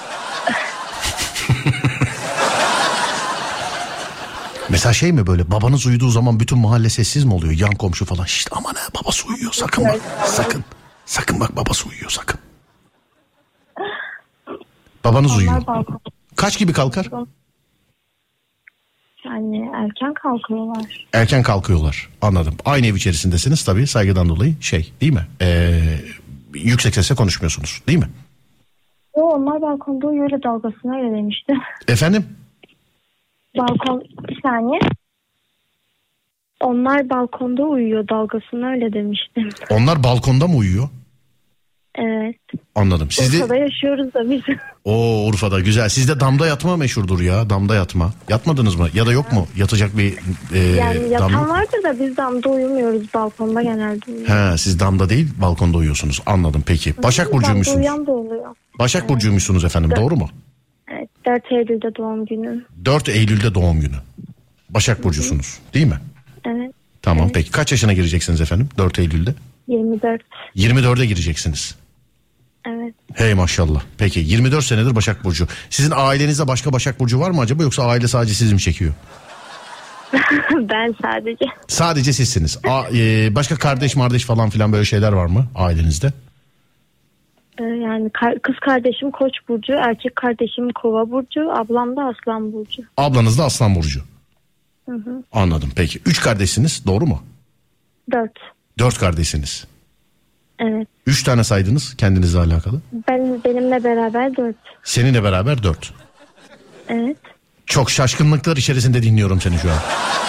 Mesela mi böyle, babanız uyuduğu zaman bütün mahalle sessiz mi oluyor? Yan komşu falan. Aman babası uyuyor, sakın bak. Sakın bak, babası uyuyor sakın. Babanız uyuyor. Kaç gibi kalkar? Yani erken kalkıyorlar. Erken kalkıyorlar, anladım. Aynı ev içerisindesiniz tabii, saygıdan dolayı değil mi? Yüksek sesle konuşmuyorsunuz değil mi? Onlar balkonda uyuyor, öyle dalgasına öyle demişti. Efendim? Bir saniye. Onlar balkonda uyuyor, dalgasına öyle demiştim. Onlar balkonda mı uyuyor? Evet. Anladım. Urfa'da yaşıyoruz da biz. Urfa'da güzel. Sizde damda yatma meşhurdur ya, damda yatma. Yatmadınız mı? Ya da yok mu? Yatacak bir yani yatan damda vardır da biz damda uyumuyoruz, balkonda genelde uyuyoruz. Siz damda değil balkonda uyuyorsunuz. Anladım peki. Başak Burcu'ymuşsunuz. Uyuyan da oluyor. Başak Burcu'ymuşsunuz efendim, doğru mu? Evet, 4 Eylül'de doğum günü. 4 Eylül'de doğum günü. Başak Burcu'sunuz değil mi? Evet. Tamam evet. Peki kaç yaşına gireceksiniz efendim 4 Eylül'de? 24. 24'e gireceksiniz. Evet. Hey maşallah. Peki 24 senedir Başak Burcu. Sizin ailenizde başka Başak Burcu var mı acaba, yoksa aile sadece sizi mi çekiyor? Ben sadece. Sadece sizsiniz. Başka kardeş falan filan böyle şeyler var mı ailenizde? Yani kız kardeşim Koç burcu, erkek kardeşim Kova burcu, ablam da Aslan burcu. Ablanız da Aslan burcu. Hı. Anladım peki. 3 kardeşsiniz, doğru mu? 4. 4 kardeşsiniz. Evet. 3 tane saydınız kendinizle alakalı. Benimle beraber 4. Seninle beraber 4. Evet. Çok şaşkınlıklar içerisinde dinliyorum seni şu an.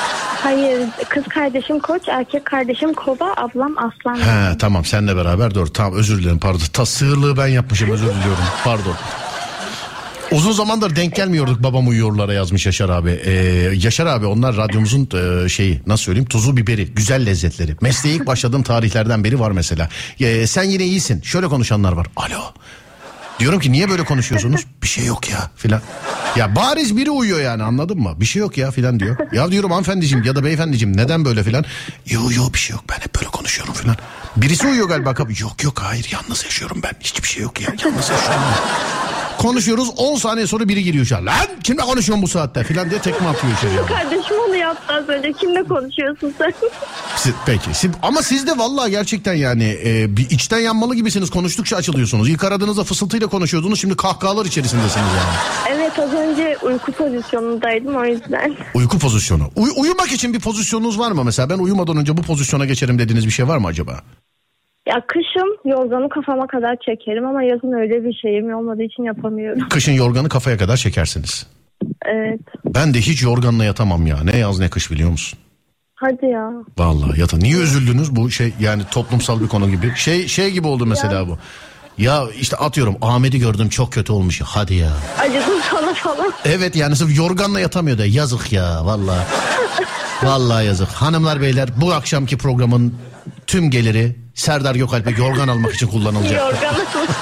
Hayır, kız kardeşim Koç, erkek kardeşim Kova, ablam Aslan. He tamam, seninle beraber doğru. Tamam, özür dilerim, pardon. Sığırlığı ben yapmışım, özür diliyorum. Pardon. Uzun zamandır denk gelmiyorduk, babam uyuyorlara yazmış Yaşar abi. Yaşar abi, onlar radyomuzun şeyi, nasıl söyleyeyim, tuzu biberi, güzel lezzetleri. Mesleğe ilk başladığım tarihlerden beri var mesela. Sen yine iyisin. Şöyle konuşanlar var. Alo. Diyorum ki niye böyle konuşuyorsunuz? Bir şey yok ya filan. Ya bariz biri uyuyor yani, anladın mı? Bir şey yok ya filan diyor. Ya diyorum hanımefendiciğim ya da beyefendiciğim, neden böyle filan? Yo bir şey yok, ben hep böyle konuşuyorum filan. Birisi uyuyor galiba kapı. Yok hayır, yalnız yaşıyorum ben. Hiçbir şey yok ya, yalnız yaşıyorum ben. Konuşuyoruz, 10 saniye sonra biri giriyor şu an. Lan kimle konuşuyorsun bu saatte filan diye tekme atıyor içeriye. Kardeşim onu yaptı az önce. Kimle konuşuyorsun sen? Peki ama siz de vallahi gerçekten yani bir içten yanmalı gibisiniz, konuştukça açılıyorsunuz. İlk aradığınızda fısıltıyla konuşuyordunuz, şimdi kahkahalar içerisindesiniz yani. Evet, az önce uyku pozisyonundaydım, o yüzden. Uyku pozisyonu. Uyumak için bir pozisyonunuz var mı mesela? Ben uyumadan önce bu pozisyona geçerim dediğiniz bir şey var mı acaba? Ya kışın yorganı kafama kadar çekerim ama yazın öyle bir şeyim olmadığı için yapamıyorum. Kışın yorganı kafaya kadar çekersiniz. Evet. Ben de hiç yorganla yatamam ya. Ne yaz ne kış, biliyor musun? Hadi ya. Vallahi yata. Niye üzüldünüz? Bu şey yani toplumsal bir konu gibi. Şey gibi oldu mesela ya. Bu. Ya işte atıyorum, Ahmet'i gördüm çok kötü olmuş. Hadi ya. Acıdım sana falan. Evet yani sırf yorganla yatamıyor da, yazık ya vallahi. Vallahi yazık. Hanımlar beyler, bu akşamki programın tüm geliri Serdar Gökalp'e yorgan almak için kullanılacak. Yorgan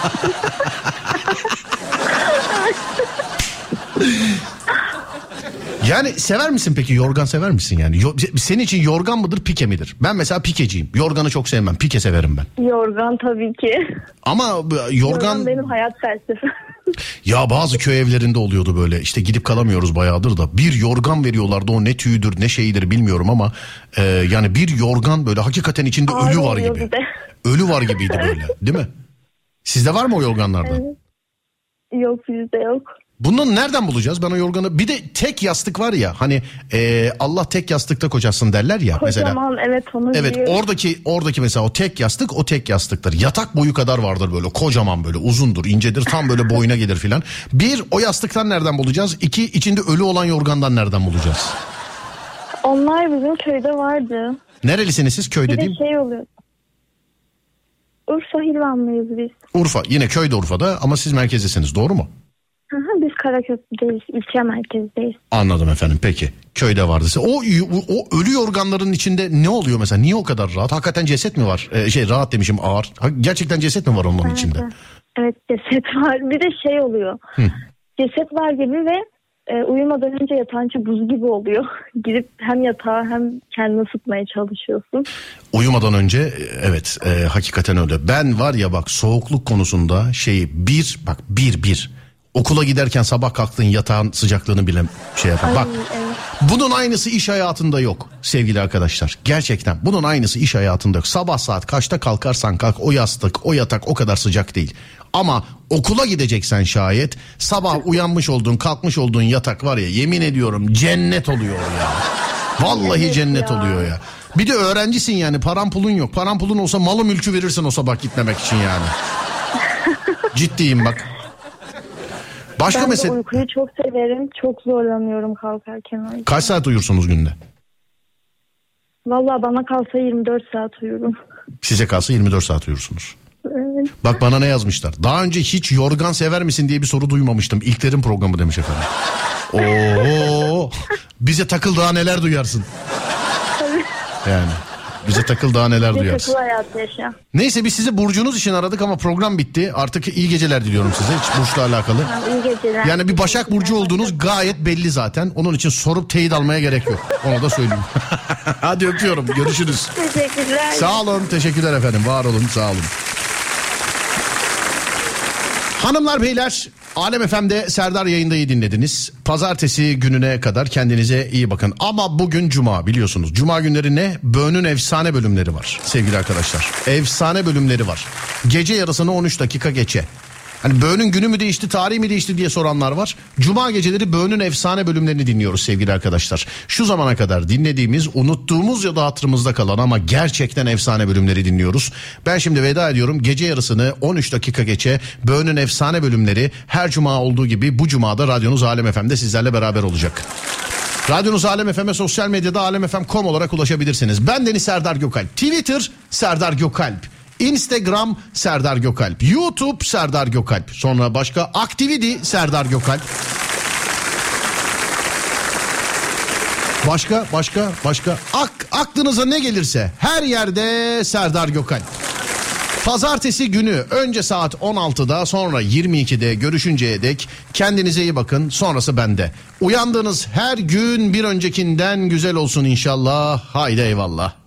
Yani sever misin peki, yorgan sever misin yani? Senin için yorgan mıdır, pike midir? Ben mesela pikeciyim. Yorganı çok sevmem. Pike severim ben. Yorgan tabii ki. Ama yorgan benim hayat felsefem. Ya bazı köy evlerinde oluyordu böyle, işte gidip kalamıyoruz bayağıdır da, bir yorgan veriyorlardı, o ne tüyüdür ne şeydir bilmiyorum ama yani bir yorgan böyle hakikaten içinde ölü var gibi. Ölü var gibiydi böyle, değil mi? Sizde var mı o yorganlardan? Evet. Yok, bizde yok. Bunu nereden bulacağız? Ben o yorganı, bir de tek yastık var ya hani, Allah tek yastıkta kocasın derler ya. Kocaman, mesela. Evet onu evet biliyorum. oradaki mesela o tek yastıktır. Yatak boyu kadar vardır böyle, kocaman böyle, uzundur, incedir, tam böyle boyuna gelir filan. Bir, o yastıktan nereden bulacağız? İki, içinde ölü olan yorgandan nereden bulacağız? Onlar bizim köyde vardı. Nerelisiniz siz, köyde değil mi? Bir de şey oluyor. Urfa Hilvanlıyız biz. Urfa, yine köyde Urfa'da ama siz merkezdesiniz, doğru mu? Biz Karaköprü'deyiz, ilçe merkezdeyiz. Anladım efendim, peki. Köyde vardı. O ölü yorganların içinde ne oluyor mesela? Niye o kadar rahat? Hakikaten ceset mi var? Rahat demişim, ağır. Gerçekten ceset mi var onun içinde? Evet, ceset var. Bir de şey oluyor. Ceset var gibi ve uyumadan önce yatağın içi buz gibi oluyor. Girip hem yatağa hem kendini ısıtmaya çalışıyorsun. Uyumadan önce evet, hakikaten öyle. Ben var ya bak, soğukluk konusunda bir. Okula giderken sabah kalktığın yatağın sıcaklığını bile şey yapar. Bak, evet. Bunun aynısı iş hayatında yok sevgili arkadaşlar. Gerçekten bunun aynısı iş hayatında yok. Sabah saat kaçta kalkarsan kalk, o yastık, o yatak o kadar sıcak değil. Ama okula gideceksen şayet, sabah uyanmış olduğun, kalkmış olduğun yatak var ya, yemin ediyorum cennet oluyor ya. Vallahi evet, cennet oluyor ya. Bir de öğrencisin yani, paran pulun yok. Paran pulun olsa malı mülkü verirsin o sabah gitmemek için yani. Ciddiyim bak. Başka ben de uykuyu çok severim. Çok zorlanıyorum kalkarken. Kaç saat uyursunuz günde? Vallahi bana kalsa 24 saat uyurum. Size kalsa 24 saat uyursunuz. Evet. Bak bana ne yazmışlar. Daha önce hiç yorgan sever misin diye bir soru duymamıştım. İlklerin programı demiş efendim. Oo, bize takıl daha neler duyarsın. Yani bize takıl daha neler duyarsın. Takıl hayatı yaşa. Neyse, biz sizi burcunuz için aradık ama program bitti. Artık iyi geceler diliyorum size, hiç burçla alakalı. İyi geceler. Yani bir Başak Burcu olduğunuz gayet belli zaten. Onun için sorup teyit almaya gerek yok. Onu da söyleyeyim. Hadi öpüyorum, görüşürüz. Teşekkürler. Sağ olun, teşekkürler efendim, var olun, sağ olun. Hanımlar beyler, Alem FM'de Serdar Yayında'yı dinlediniz. Pazartesi gününe kadar kendinize iyi bakın. Ama bugün Cuma, biliyorsunuz. Cuma günleri ne? Böğünün efsane bölümleri var sevgili arkadaşlar. Efsane bölümleri var. Gece yarısını 13 dakika geçe. Hani Böğünün günü mü değişti, tarihi mi değişti diye soranlar var. Cuma geceleri Böğünün efsane bölümlerini dinliyoruz sevgili arkadaşlar. Şu zamana kadar dinlediğimiz, unuttuğumuz ya da hatırımızda kalan ama gerçekten efsane bölümleri dinliyoruz. Ben şimdi veda ediyorum. Gece yarısını 13 dakika geçe Böğünün efsane bölümleri her cuma olduğu gibi bu cumada radyonuz Alem FM'de sizlerle beraber olacak. Radyonuz Alem FM'e sosyal medyada alemfm.com olarak ulaşabilirsiniz. Bendeniz Serdar Gökalp. Twitter Serdar Gökalp. Instagram Serdar Gökalp. YouTube Serdar Gökalp. Sonra başka Activity Serdar Gökalp. Başka aklınıza ne gelirse her yerde Serdar Gökalp. Pazartesi günü önce saat 16'da sonra 22'de görüşünceye dek kendinize iyi bakın, sonrası bende. Uyandığınız her gün bir öncekinden güzel olsun inşallah. Haydi eyvallah.